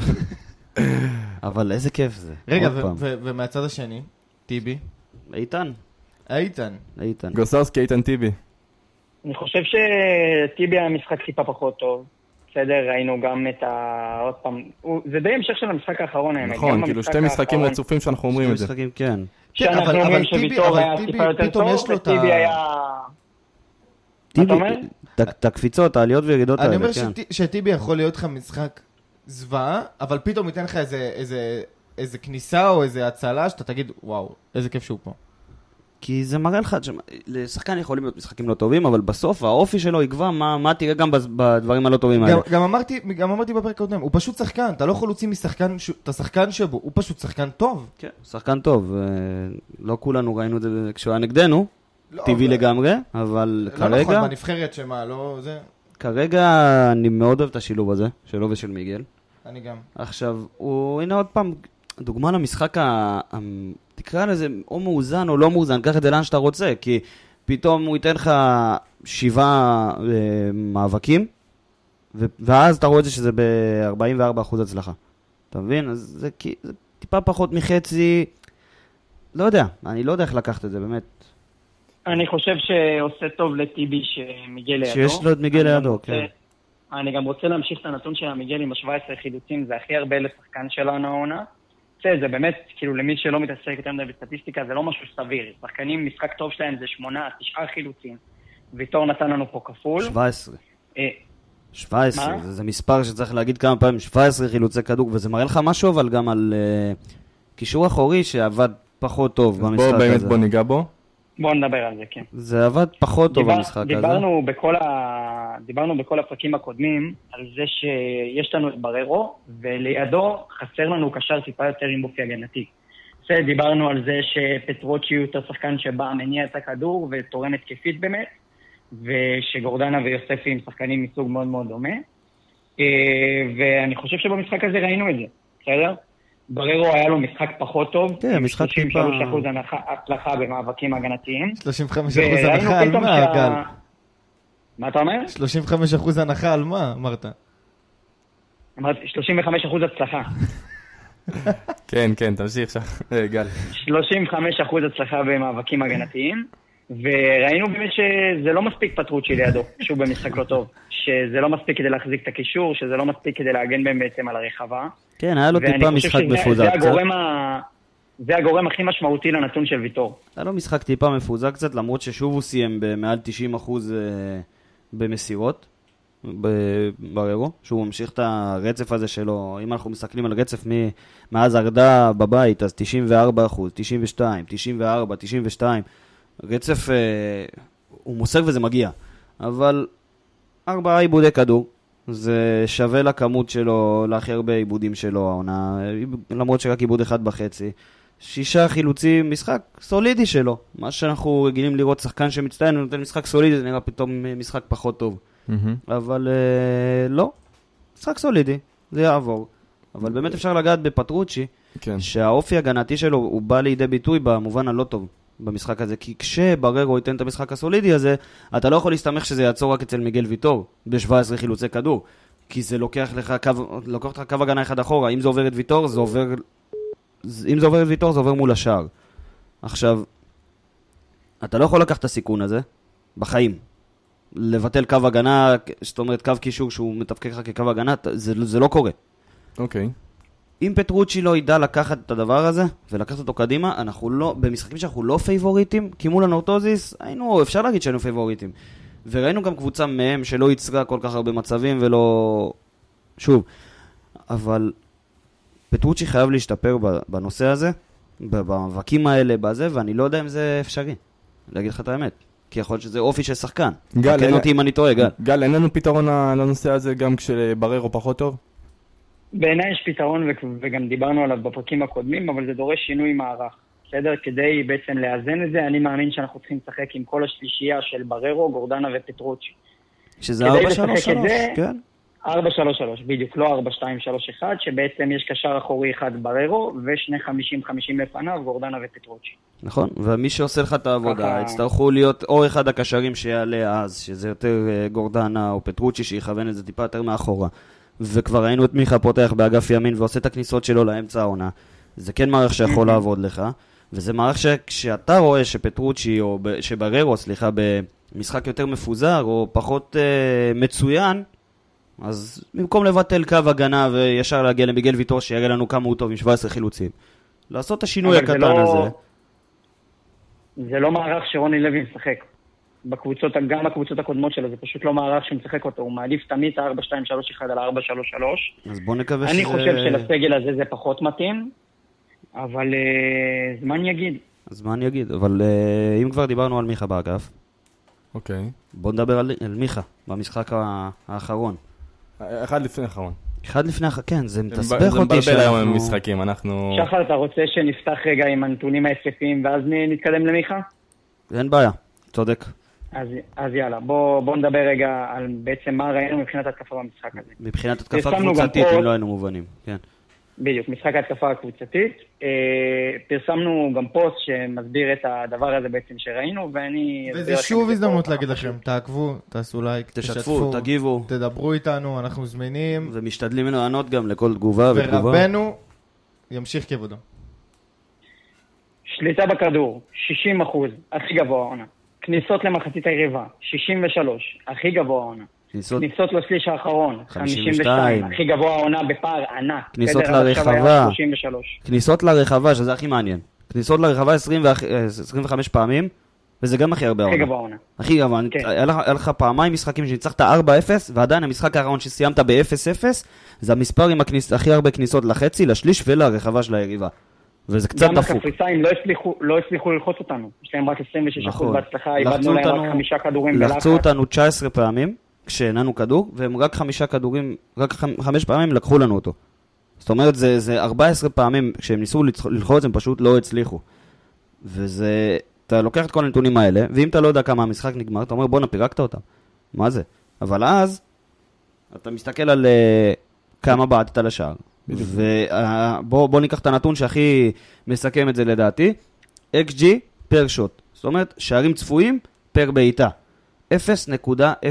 אבל איזה כיף זה. רגע, ומהצד השני, טיבי? איתן. גוסרסקי, איתן טיבי. אני חושב שטיבי היה משחק טיפה פחות טוב. בסדר, ראינו גם את עוד פעם, זה די המשך של המשחק האחרון. נכון, כאילו שתי משחקים רצופים שאנחנו אומרים את זה. שתי משחקים, כן. שאנחנו אומרים שוויטור היה טיפה יותר טוב, וטיבי היה... את הקפיצות, העליות וירידות האלה, אני אומר שטיבי יכול להיות לך משחק זוועה, אבל פתאום ייתן לך איזה כניסה או איזה הצלה, שאתה תגיד, וואו, איזה כיף שהוא פה. כי זה מראה לך, לשחקן יכולים להיות משחקים לא טובים, אבל בסוף האופי שלו יקבע מה תראה גם בדברים הלא טובים האלה. גם אמרתי בפרק הקודם, הוא פשוט שחקן, אתה לא יכול להוציא את השחקן שבו, הוא פשוט שחקן טוב. כן, שחקן טוב, לא כולנו ראינו את זה כשהוא היה נגדנו, טבעי לגמרי, אבל כרגע... לא נכון, בנבחרת שמה, לא זה... כרגע אני מאוד אוהב את השילוב הזה, שלו ושל מיגל. אני גם. עכשיו, הנה עוד פעם, דוגמה למשחק תקרא לזה או מאוזן או לא מאוזן, קח את זה לאן שאתה רוצה, כי פתאום הוא ייתן לך 7 מאבקים, ואז אתה רואה את זה שזה ב-44% הצלחה. אתה מבין? אז זה טיפה פחות מחצי, לא יודע, אני לא יודע איך לקחת את זה, באמת. אני חושב שעושה טוב לטיבי שמיגל לידו. שיש לו את מיגל לידו, כן. אני גם רוצה להמשיך את הנתון של המיגל עם ה-17 חילוצים, זה הכי הרבה לשחקן שלנו העונה. זה באמת, כאילו למי שלא מתעסק יותר מדי בסטטיסטיקה, זה לא משהו סביר. שחקנים, משחק טוב שלהם זה 8-9 חילוצים. ויטור נתן לנו פה כפול. 17, זה מספר שצריך להגיד כמה פעמים, 17 חילוצי כדור, וזה מראה לך משהו, אבל גם על קישור אחורי שעבד פחות טוב במשחק הזה. בוא באמת בוא ניגע בו. בואו נדבר על זה, כן. זה עבד פחות טוב במשחק הזה. דיברנו בכל הפרקים הקודמים על זה שיש לנו את בררו, ולידו חסר לנו קשר טיפה יותר עם אופי הגנתי. דיברנו על זה שפטרוצ'י הוא את השחקן שבא, מניע את הכדור ותורם התקפית באמת, ושגורדנה ויוספי הם שחקנים מסוג מאוד מאוד דומה. ואני חושב שבמשחק הזה ראינו את זה, בסדר? בררו היה לו משחק פחות טוב, כן, משחק טיפה... 33% הצלחה במאבקים הגנתיים. 35% הנחה על מה, גל? מה אתה אומר? 35% הנחה על מה, אמרת? אמרתי, 35% הצלחה. כן, תמשיך עכשיו, גל. 35% הצלחה במאבקים הגנתיים, וראינו באמת שזה לא מספיק פטרוצ'י לידו, שהוא במשחק לא טוב, שזה לא מספיק כדי להחזיק את הקישור, שזה לא מספיק כדי להגן בעצם על הרחבה. כן, היה לו טיפה משחק מפוזר קצת. זה הגורם הכי משמעותי לנתון של ויטור. היה לו משחק טיפה מפוזר קצת, למרות ששוב הוא סיים במעל 90% במסירות, בררו, שהוא ממשיך את הרצף הזה שלו. אם אנחנו מסתכלים על רצף מאז ארדה בבית, אז 94%, 92, 94, 92, רצף הוא מושג וזה מגיע. אבל 4 עיבודי כדור, זה שווה לכמות שלו, להכי הרבה עיבודים שלו העונה, למרות שרק עיבוד 1.5. 6 חילוצים, משחק סולידי שלו. מה שאנחנו רגילים לראות שחקן שמצטיין, הוא נותן משחק סולידי, זה נראה פתאום משחק פחות טוב. אבל לא, משחק סולידי, זה יעבור. אבל באמת אפשר לגעת בפטרוצ'י, שהאופי הגנתי שלו הוא בא לידי ביטוי במובן הלא טוב במשחק הזה, כי כשבררו ייתן את המשחק הסולידי הזה, אתה לא יכול להסתמך שזה יעצור רק אצל מיגל ויטור, ב-17 חילוצי כדור, כי זה לוקח לך קו הגנה אחד אחורה, אם זה עובר את ויטור, זה עובר מול השער. עכשיו, אתה לא יכול לקחת את הסיכון הזה בחיים. לבטל קו הגנה, זאת אומרת קו קישור שהוא מתפקק לך כקו הגנה, זה לא קורה. אוקיי. אם פטרוצ'י לא ידע לקחת את הדבר הזה, ולקחת אותו קדימה, אנחנו לא, במשחקים שאנחנו לא פייבוריטים, כי מול הנורטוזיס, אפשר להגיד שהיינו פייבוריטים. וראינו גם קבוצה מהם שלא יצרה כל כך הרבה מצבים ולא... שוב, אבל פטרוצ'י חייב להשתפר בנושא הזה, במאבקים האלה, בזה, ואני לא יודע אם זה אפשרי. להגיד לך את האמת. כי יכול להיות שזה אופי של שחקן. תקן אותי אם אני טועה, גל. גל, אין לנו פתרון לנושא הזה גם כשבררו פחות טוב? בעיניי יש פתרון, וגם דיברנו עליו בפרקים הקודמים, אבל זה דורש שינוי מערך. בסדר? כדי בעצם לאזן את זה, אני מאמין שאנחנו צריכים לשחק עם כל השלישייה של בררו, גורדנה ופטרוצ'י. שזה 4-3-3, כן? 4-3-3, בדיוק, לא 4-2-3-1, שבעצם יש קשר אחורי אחד בררו, ושני 50-50 לפניו, גורדנה ופטרוצ'י. נכון, ומי שעושה לך את העבודה, יצטרכו להיות או אחד הקשרים שיעלה אז, שזה יותר גורדנה או פטרוצ'י, שיכוון את זה טיפה יותר מאחורה. וכבר ראינו את מיכה פותח באגף ימין ועושה את הכניסות שלו לאמצע העונה. זה כן מערך שיכול לעבוד לך, וזה מערך שכשאתה רואה שפטרוצ'י או שבררו, סליחה, במשחק יותר מפוזר או פחות מצוין, אז במקום לבטל קו הגנה וישר להגיע למיגל ויטור שיראה לנו כמה הוא טוב עם 17 חילוצים, לעשות את השינוי הקטן הזה. זה לא מערך שרוני לוי משחק. גם בקבוצות הקודמות שלו, זה פשוט לא מערך שמשחק אותו, הוא מעדיף תמיד את ה-4-2-3-1 על ה-4-3-3. אז בוא נקווה אני חושב שלסגל הזה זה פחות מתאים, אבל זמן יגיד. אבל אם כבר דיברנו על מיכה באגף, אוקיי. בוא נדבר על מיכה במשחק האחרון. אחד לפני האחרון. כן, זה מתסבך אותי. זה מבלבל היום עם משחקים, אנחנו... שחר, אתה רוצה שנפתח רגע עם הנתונים ההתקפיים ואז נתקדם למיכה? אין בעיה, צודק. אז יאללה, בוא נדבר רגע על בעצם מה ראינו מבחינת התקפה במשחק הזה. מבחינת התקפה קבוצתית, אם לא היינו מובנים, כן. בדיוק, משחק התקפה הקבוצתית. פרסמנו גם פוסט שמסביר את הדבר הזה בעצם שראינו, וזה שוב הזדמנות להגיד לכם, תעקבו, תעשו לייק, תשתפו, תגיבו. תדברו איתנו, אנחנו זמינים. ומשתדלים לענות גם לכל תגובה ותגובה. ורבנו ימשיך כבודו. שליטה בכדור, 60%, הכי גבוה העונה. כניסות למחצית היריבה, 63, הכי גבוה העונה. כניסות לשליש האחרון, 52, הכי גבוה העונה בפער ענק. כניסות לרחבה, כניסות לרחבה, שזה הכי מעניין. כניסות לרחבה 25 פעמים, וזה גם הכי הרבה העונה. הכי גבוה העונה. הכי גבוה, היה לך פעמיים משחקים שניצחת 4-0, ועדיין המשחק האחרון שסיימת ב-0-0, זה המספר עם הכי הרבה כניסות לחצי, לשליש ולרחבה של היריבה. וזה קצת דפוק. גם הקפריסאים לא הצליחו ללחוץ אותנו. יש להם רק 26% בהצלחה, איבדנו להם רק 5 כדורים בלחץ. לחצו אותנו 19 פעמים, כשאיננו כדור, והם רק 5 כדורים, רק 5 פעמים לקחו לנו אותו. זאת אומרת, זה 14 פעמים, כשהם ניסו ללחוץ, הם פשוט לא הצליחו. וזה, אתה לוקח את כל הנתונים האלה, ואם אתה לא יודע כמה המשחק נגמר, אתה אומר, בוא נפירקת אותם. מה זה? אבל אז, אתה מסתכל על כמה בעטת לשער. ובוא ניקח את הנתון שהכי מסכם את זה לדעתי, XG פר שוט, זאת אומרת שערים צפויים פר בעיטה 0.06,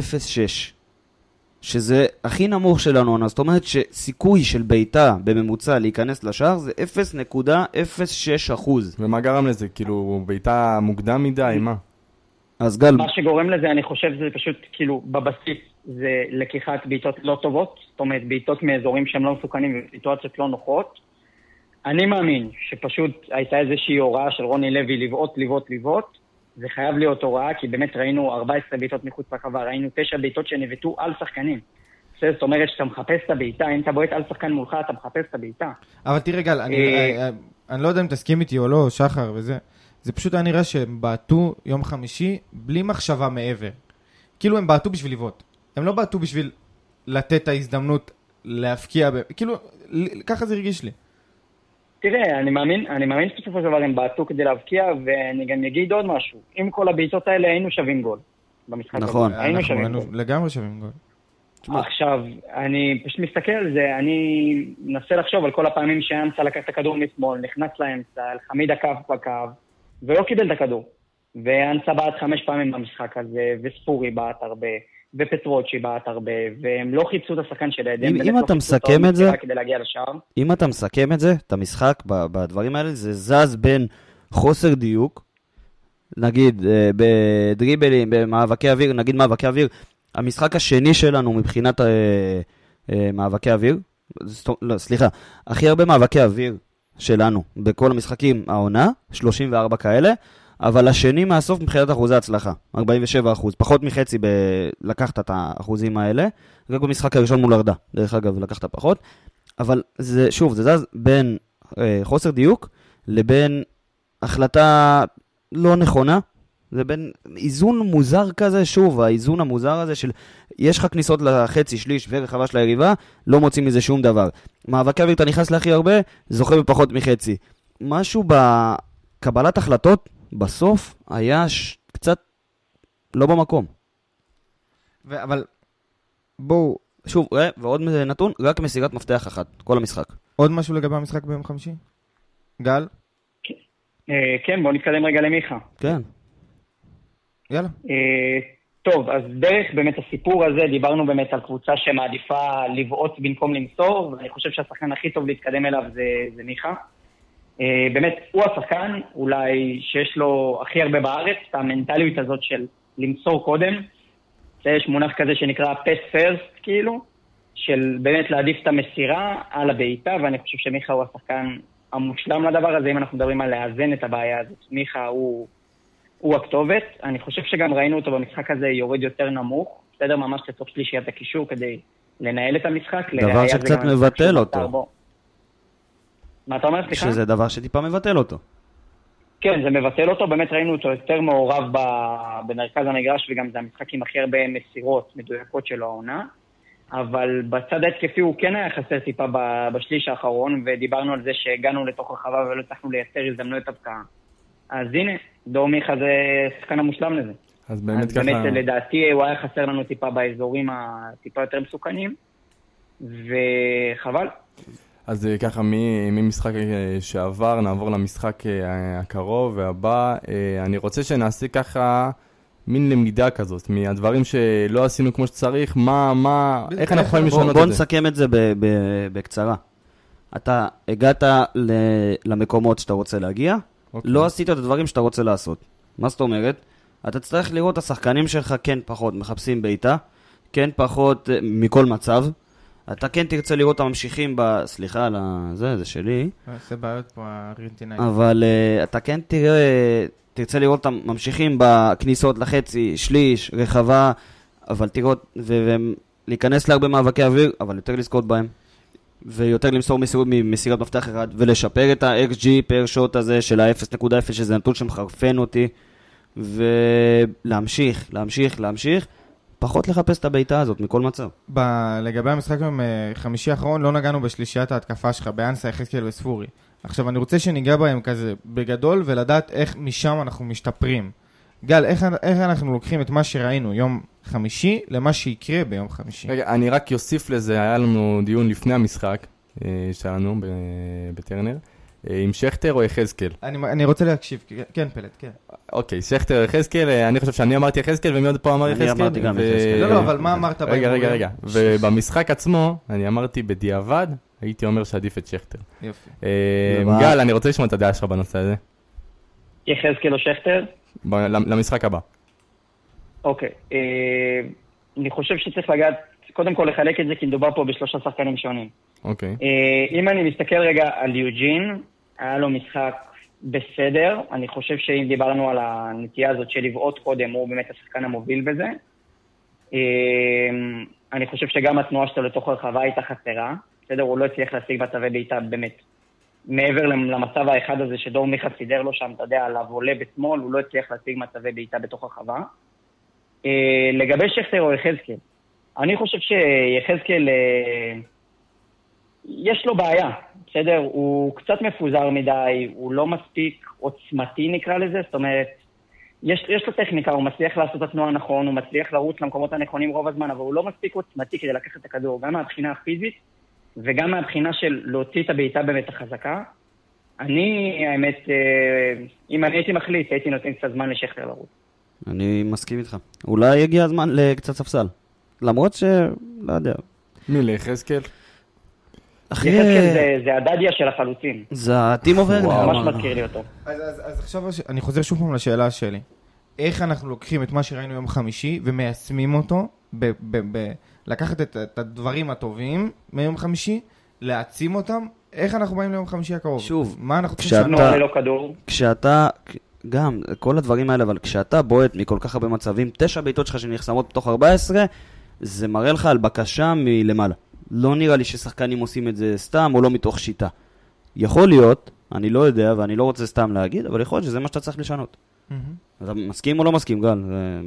שזה הכי נמוך שלנו, זאת אומרת שסיכוי של בעיטה בממוצע להיכנס לשער זה 0.06%. ומה גרם לזה? כאילו בעיטה מוקדם מדי, מה? אז גל... מה שגורם לזה, אני חושב, זה פשוט כאילו בבסיס זה לקיחת בעיטות לא טובות, זאת אומרת בעיטות מאזורים שהם לא מסוכנים וסיטואציות לא נוחות. אני מאמין שפשוט הייתה איזושהי הוראה של רוני לוי לבעוט, זה חייב להיות הוראה, כי באמת ראינו 14 בעיטות מחוץ לקו, ראינו 9 בעיטות שנבטו על שחקנים. זאת אומרת שאתה מחפש את הבעיטה, אם אתה בועט על שחקן מולך, אתה מחפש את הבעיטה. אבל תראה גל, אני לא יודע אם תסכים איתי או לא, שחר וזה, זה פשוט היה נראה שהם בעטו יום חמישי בלי מחשבה מעבר. כאילו הם בעטו בשביל לבעוט. הם לא בעטו בשביל לתת את ההזדמנות להפקיע, כאילו, ככה זה הרגיש לי. תראה, אני מאמין שבסופו של דבר הם בעטו כדי להבקיע, ואני גם אגיד עוד משהו. עם כל הבעיטות האלה היינו שווים גול במשחק. נכון. היינו שווים גול. לגמרי שווים גול. עכשיו, אני פשוט מסתכל על זה, אני מנסה לחשוב על כל הפעמים שאנסה לקח את הכדור משמאל, נכנס לאמצע, חמיד הקו בקו, ולא קיבל את הכדור. ואנסה בעט 5 פעמים במשחק הזה, וספורי בעט הרבה, ופטרוצ'י בעט הרבה, והם לא חיפשו את השחקן שלהם. אם אתה מסכם את זה, כדי להגיע לשער. אם אתה מסכם את זה, את המשחק בדברים האלה, זה זז בין חוסר דיוק, נגיד בדריבלים, במאבקי אוויר, נגיד מאבקי אוויר, המשחק השני שלנו מבחינת מאבקי אוויר, לא, סליחה, הכי הרבה מאבקי אוויר שלנו בכל המשחקים העונה, 34 כאלה, אבל השני מהסוף מבחינת אחוזי הצלחה, 47%, פחות מחצי לקחת את האחוזים האלה, רק במשחק הראשון מול ארדה, דרך אגב לקחת פחות, אבל זה, שוב, זה זז בין חוסר דיוק לבין החלטה לא נכונה, זה בין איזון מוזר כזה, שוב, האיזון המוזר הזה של יש לך כניסות לחצי, שליש ורחבה של היריבה, לא מוצאים מזה שום דבר. מאבקי אוויר אתה נכנס להכי הרבה, זוכה בפחות מחצי. משהו בקבלת החלטות בסוף היה קצת לא במקום. אבל בואו, שוב, ועוד נתון, רק מסירת מפתח אחת, כל המשחק. עוד משהו לגבי המשחק ביום חמישי? גל? כן, בואו נתקדם רגע למיכה. כן. יאללה. טוב, אז דרך באמת הסיפור הזה, דיברנו באמת על קבוצה שמעדיפה לבעוט במקום למסור, ואני חושב שהשחקן הכי טוב להתקדם אליו זה מיכה. באמת, הוא השחקן, אולי שיש לו הכי הרבה בארץ, את המנטליות הזאת של למסור קודם. יש מונח כזה שנקרא pass first, כאילו, של באמת להעדיף את המסירה על הבעיטה, ואני חושב שמיכה הוא השחקן המושלם לדבר הזה, אם אנחנו מדברים על לאזן את הבעיה הזאת. מיכה הוא הכתובת. אני חושב שגם ראינו אותו במשחק הזה יורד יותר נמוך, בסדר ממש לצורך שלישיית הקישור כדי לנהל את המשחק. דבר שקצת מבטל אותו. מה אתה אומר, סליחה? שזה דבר שטיפה מבטל אותו. כן, זה מבטל אותו, באמת ראינו אותו יותר מעורב במרכז המגרש, וגם זה המשחק עם הכי הרבה מסירות מדויקות שלו העונה, אבל בצד ההתקפי הוא כן היה חסר טיפה בשליש האחרון, ודיברנו על זה שהגענו לתוך הרחבה ולא הצלחנו לייצר הזדמנויות הבקעה. אז הנה, דור מיכה זה שחקן המושלם לזה. אז באמת ככה... באמת לדעתי הוא היה חסר לנו טיפה באזורים הטיפה יותר מסוכנים, וחבל. אז ככה, ממשחק שעבר, נעבור למשחק הקרוב והבא. אני רוצה שנעשה ככה מין למידה כזאת, מהדברים שלא עשינו כמו שצריך, איך אנחנו יכולים לשנות את זה? בוא נסכם את זה בקצרה. אתה הגעת למקומות שאתה רוצה להגיע, לא עשית את הדברים שאתה רוצה לעשות. מה זאת אומרת? אתה צריך לראות את השחקנים שלך כן פחות מחפשים בעיטה, כן פחות מכל מצב, אתה כן תרצה לראות את הממשיכים סליחה על זה שלי. זה בעיות פה הארגנטינאי. אבל אתה כן תרצה לראות את הממשיכים בכניסות לחצי, שליש, רחבה, אבל תראות, ולהיכנס להרבה מאבקי אוויר, אבל יותר לזכות בהם. ויותר למסור מסירת מפתח אחד, ולשפר את ה-XG פר שוט הזה של ה-0.0, שזה נתון שמחרפן אותי, ולהמשיך, פחות לחפש את הביתה הזאת מכל מצב. לגבי המשחק עם חמישי האחרון, לא נגענו בשלישיית ההתקפה שלך, באנסה, יחזקאל וספורי. עכשיו, אני רוצה שניגע בהם כזה בגדול, ולדעת איך משם אנחנו משתפרים. גל, איך אנחנו לוקחים את מה שראינו יום חמישי, למה שיקרה ביום חמישי? רגע, אני רק יוסיף לזה, היה לנו דיון לפני המשחק שלנו בטרנר, עם שכטר או יחזקאל? אני רוצה להקשיב, כן פלט, כן. אוקיי, שכטר או יחזקאל, אני חושב שאני אמרתי יחזקאל ומי עוד פעם אמר יחזקאל? אני אמרתי גם יחזקאל. לא, אבל מה אמרת? רגע, ובמשחק עצמו, אני אמרתי בדיעבד, הייתי אומר שעדיף את שכטר. יופי. גל, אני רוצה לשמוע את הדעה שלך בנושא הזה. יחזקאל או שכטר? למשחק הבא. אוקיי, אני חושב שצריך לגעת, קודם כל לחלק את זה, כי מדובר פה בשלושה שחקנים שונים. אוקיי. אם אני מסתכל רגע על יוג'ין, היה לו משחק בסדר, אני חושב שאם דיברנו על הנטייה הזאת של לבעוט קודם, הוא באמת השחקן המוביל בזה. אני חושב שגם התנועה שלו לתוך הרחבה הייתה חסרה, בסדר, הוא לא הצליח להשיג מצבי בעיטה באמת. מעבר למצב האחד הזה שדור מיכה סידר לו שם, אתה יודע, עליו עולה בשמאל, הוא לא הצליח להשיג מצבי בעיטה בתוך הרחבה. לגבי שכטר או יחזקאל, אני חושב שיחזקאל יש לו בעיה, בסדר? הוא קצת מפוזר מדי, הוא לא מספיק עוצמתי נקרא לזה, זאת אומרת, יש לו טכניקה, הוא מצליח לעשות את התנועה הנכון, הוא מצליח לרוץ למקומות הנכונים רוב הזמן, אבל הוא לא מספיק עוצמתי כדי לקחת את הכדור, גם מהבחינה הפיזית, וגם מהבחינה של להוציא את הבעיטה באמת החזקה. אני, האמת, אם אני הייתי מחליט, הייתי נותן קצת זמן לשכטר לרוץ. אני מסכים איתך. אולי יגיע הזמן לקצת ספסל. למרות לא יודע. מי לחזקאל? יחזקאל זה הדדיה של החלוצים. זה הטימו ורנר. ממש מזכיר לי אותו. אז עכשיו אני חוזר שוב פעם לשאלה שלי. איך אנחנו לוקחים את מה שראינו יום חמישי ומיישמים אותו, לקחת את הדברים הטובים מיום חמישי, להעצים אותם, איך אנחנו באים ליום חמישי הקרוב? שוב, מה אנחנו צריכים ללא כדור? כשאתה, גם כל הדברים האלה, אבל כשאתה בועט מכל כך הרבה מצבים, 9 בעיטות שלך שנחסמות בתוך 14, זה מראה לך על בקשה מלמעלה. לא נראה לי ששחקנים עושים את זה סתם או לא מתוך שיטה. יכול להיות, אני לא יודע ואני לא רוצה סתם להגיד, אבל יכול להיות שזה מה שאתה צריך לשנות. אתה מסכים או לא מסכים, גל?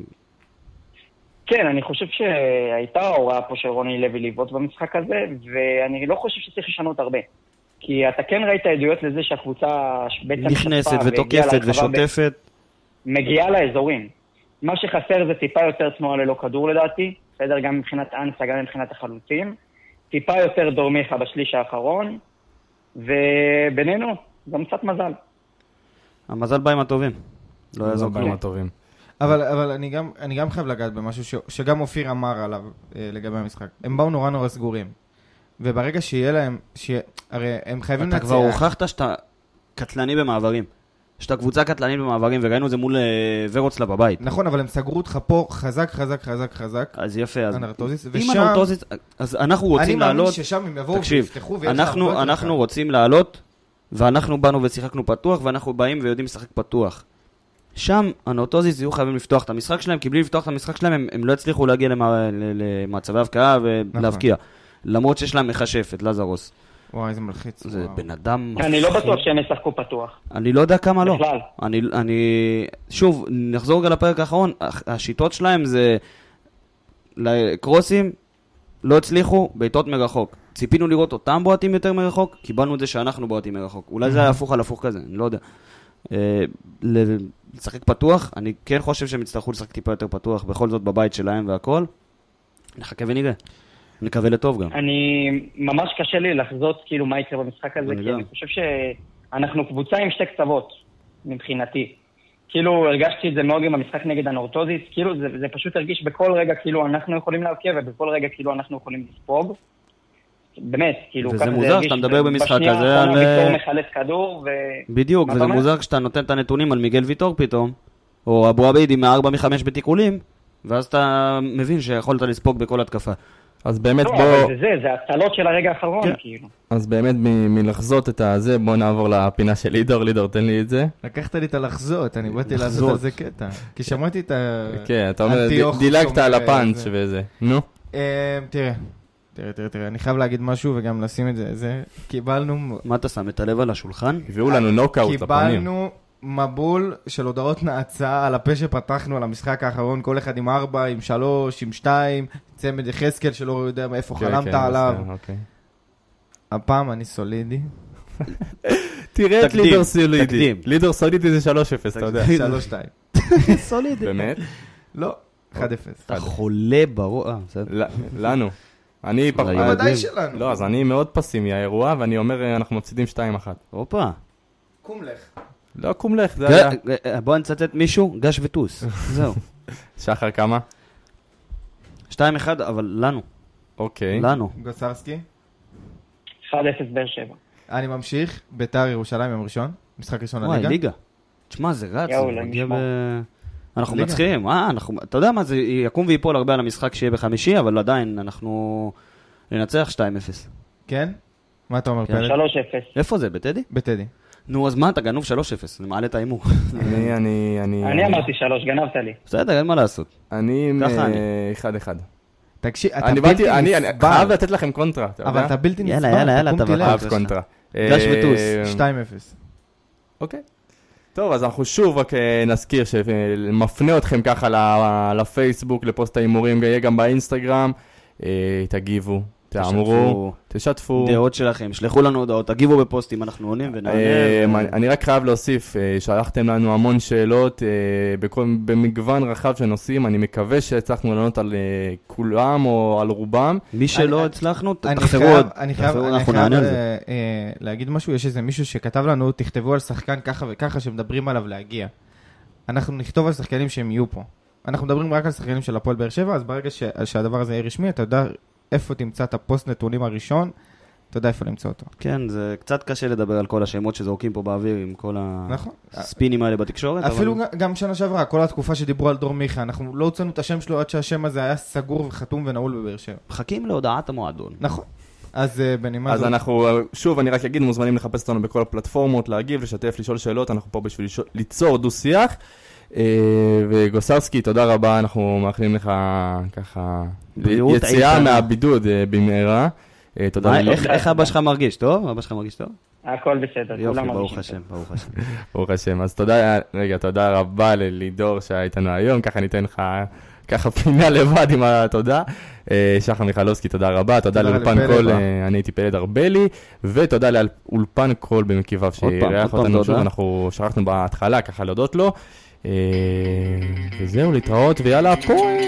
כן, אני חושב שהייתה ההוראה פה של רוני לוי לבעוט במשחק הזה, ואני לא חושב שצריך לשנות הרבה. כי אתה כן ראית עדויות לזה שהקבוצה נכנסת ותוקפת ושוטפת. מגיעה לאזורים. מה שחסר זה טיפה יותר תנועה ללא כדור לדעתי, בסדר, גם מבחינת אנסה, גם מבחינת החלוצים. טיפה יותר דורמיך בשליש האחרון, ובינינו, גם קצת מזל. המזל בא עם הטובים. לא יעזור בא עם הטובים. אבל אני גם חייב לגעת במשהו שגם אופיר אמר עליו לגבי המשחק. הם באו נורא סגורים. וברגע שיהיה להם, הרי הם חייבים אתה כבר הוכחת שאתה קטלני במעברים. שאתה קבוצה קטלנית במעברים, וראינו את זה מול ורוצלה בבית. נכון, אבל הם סגרו אותך פה חזק. אז יפה, אז אנרטוזיס, אם אנרטוזיס, אז אנחנו רוצים לעלות. אני מאמין ששם הם יבואו ויפתחו ויש הרבה. אנחנו רוצים לעלות, ואנחנו באנו ושיחקנו פתוח, ואנחנו באים ויודעים לשחק פתוח. שם אנרטוזיס יהיו חייבים לפתוח את המשחק שלהם, כי בלי לפתוח את המשחק שלהם, הם לא הצליחו להגיע למצבי הבקעה ולהבקיע. למרות שיש להם מכשפת, לזרוס. וואי, איזה מלחיץ. זה בן אדם... אני לא בטוח שהם ישחקו פתוח. אני לא יודע כמה לא. בכלל. שוב, נחזור רגע לפרק האחרון, השיטות שלהם זה... קרוסים לא הצליחו, בעיטות מרחוק. ציפינו לראות אותם בועטים יותר מרחוק, קיבלנו את זה שאנחנו בועטים מרחוק. אולי זה היה הפוך על הפוך כזה, אני לא יודע. לשחק פתוח, אני כן חושב שהם יצטרכו לשחק טיפה יותר פתוח, בכל זאת בבית שלהם והכל. נחכה ונראה. נקווה לטוב גם. אני ממש קשה לי לחזות כאילו מה יקרה במשחק הזה, כי אני חושב שאנחנו קבוצה עם שתי קצוות, מבחינתי. כאילו הרגשתי את זה מאוד עם המשחק נגד אנרטוזיס, כאילו זה פשוט הרגיש בכל רגע כאילו אנחנו יכולים להבקיע, ובכל רגע כאילו אנחנו יכולים לספוג. באמת, כאילו וזה מוזר שאתה מדבר במשחק הזה בשנייה האחרונה ויטור מחלץ כדור בדיוק, וזה מוזר כשאתה נותן את הנתונים על מיגל ויטור פתאום, או אבו עביד עם 4 מ-5 בתיקולים, ואז אתה מבין שיכולת לספוג בכל התקפה. אז באמת לא, בוא... אבל זה הצלות של הרגע האחרון, כן. כאילו. אז באמת מלחזות את הזה, בוא נעבור לפינה של לידור, תן לי את זה. לקחת לי את הלחזות, אני באתי לעשות על זה קטע. כי שמעתי את ה... כן, אתה אומר, דילגת על הפאנץ' וזה. נו. תראה, אני חייב להגיד משהו וגם לשים את זה. קיבלנו... מה אתה שם? את הלב על השולחן? הביאו לנו נוקאוט לפנים. קיבלנו מבול של הודעות נעצה על הפה שפתחנו על המשחק האחרון, כל אחד עם 4, עם 3, עם 2, צמד יחזקאל שלא יודע איפה חלמת עליו. הפעם אני סולידי. תראה את לידור סולידי. לידור סולידי זה 3-0, אתה יודע. 3-2. סולידי. באמת? לא, 1-0. אתה חולה ברור. לנו. אני ודאי שלנו. לא, אז אני מאוד פסימי האירוע, ואני אומר, אנחנו מפסידים 2-1. הופה. קום לך. לא, קום לך, זה היה. בוא נצטט מישהו, גש וטוס. זהו. שחר כמה? 2-1, אבל לנו. אוקיי. לנו. גוסרסקי? 1-0 באר שבע. אני ממשיך, ביתר ירושלים יום ראשון, משחק ראשון לליגה. וואי, ליגה. תשמע, זה רץ. נשמע. אנחנו מצחיקים, אתה יודע מה, זה יקום ויפול הרבה על המשחק שיהיה בחמישי, אבל עדיין אנחנו ננצח 2-0. כן? מה אתה אומר, פלד? 3-0. איפה זה, בטדי? בטדי. נו, אז מה, אתה גנוב 3-0, אני מעלה את האימור. אני אמרתי 3, גנבת לי. בסדר, אין מה לעשות. אני 1-1. תקשיב, אני חייב לתת לכם קונטרה, אתה יודע? אבל אתה בלתי נסבל. יאללה, אתה אהב קונטרה. גש וטוס. 2-0. אוקיי. טוב, אז אנחנו שוב רק נזכיר שמפנה אתכם ככה לפייסבוק, לפוסט האימורים, יהיה גם באינסטגרם. תגיבו, תאמרו, תשתפו. דעות שלכם, שלחו לנו הודעות, תגיבו בפוסטים, אנחנו עונים ונענה. אני רק חייב להוסיף, שלחתם לנו המון שאלות במגוון רחב של נושאים, אני מקווה שהצלחנו לענות על כולם או על רובם. מי שלא הצלחנו, תחזרו עוד. אני חייב להגיד משהו, יש איזה מישהו שכתב לנו, תכתבו על שחקן ככה וככה שמדברים עליו להגיע. אנחנו נכתוב על שחקנים שהם יהיו פה. אנחנו מדברים רק על שחקנים של הפועל באר שבע, אז ברגע שהדבר הזה יהיה רשמי, אתה יודע איפה תמצא את הפוסט נתונים הראשון, אתה יודע איפה למצוא אותו. כן, זה קצת קשה לדבר על כל השמות שזורקים פה באוויר עם כל הספינים האלה בתקשורת. אפילו גם שנה שעברה, כל התקופה שדיברו על דור מיכה, אנחנו לא הוצאנו את השם שלו עד שהשם הזה היה סגור וחתום ונעול בבאר שבע. מחכים להודעת המועדון. נכון. אז בנימה אז אנחנו, שוב, אני רק אגיד, מוזמנים לחפש אותנו בכל הפלטפורמות, להגיב, לשתף, לשאול שאלות, אנחנו פה בשביל ליצור דו-שיח. וגוסרסקי, תודה רבה, אנחנו מאחלים לך ככה יציאה מהבידוד במהרה. תודה. איך אבא שלך מרגיש? טוב? אבא שלך מרגיש טוב? הכל בסדר. יופי, ברוך השם, ברוך השם. ברוך השם. אז תודה רבה ללידור שהייתנו היום, ככה ניתן לך ככה פינה לבד עם התודה. שחר מיכלובסקי, תודה רבה, תודה לאולפן קול, אני הייתי פלד ארבלי, ותודה לאולפן קול במקיביו שירח אותנו שוב, אנחנו שכחנו בהתחלה ככה להודות לו. וזהו, להתראות ויאללה, הפועל!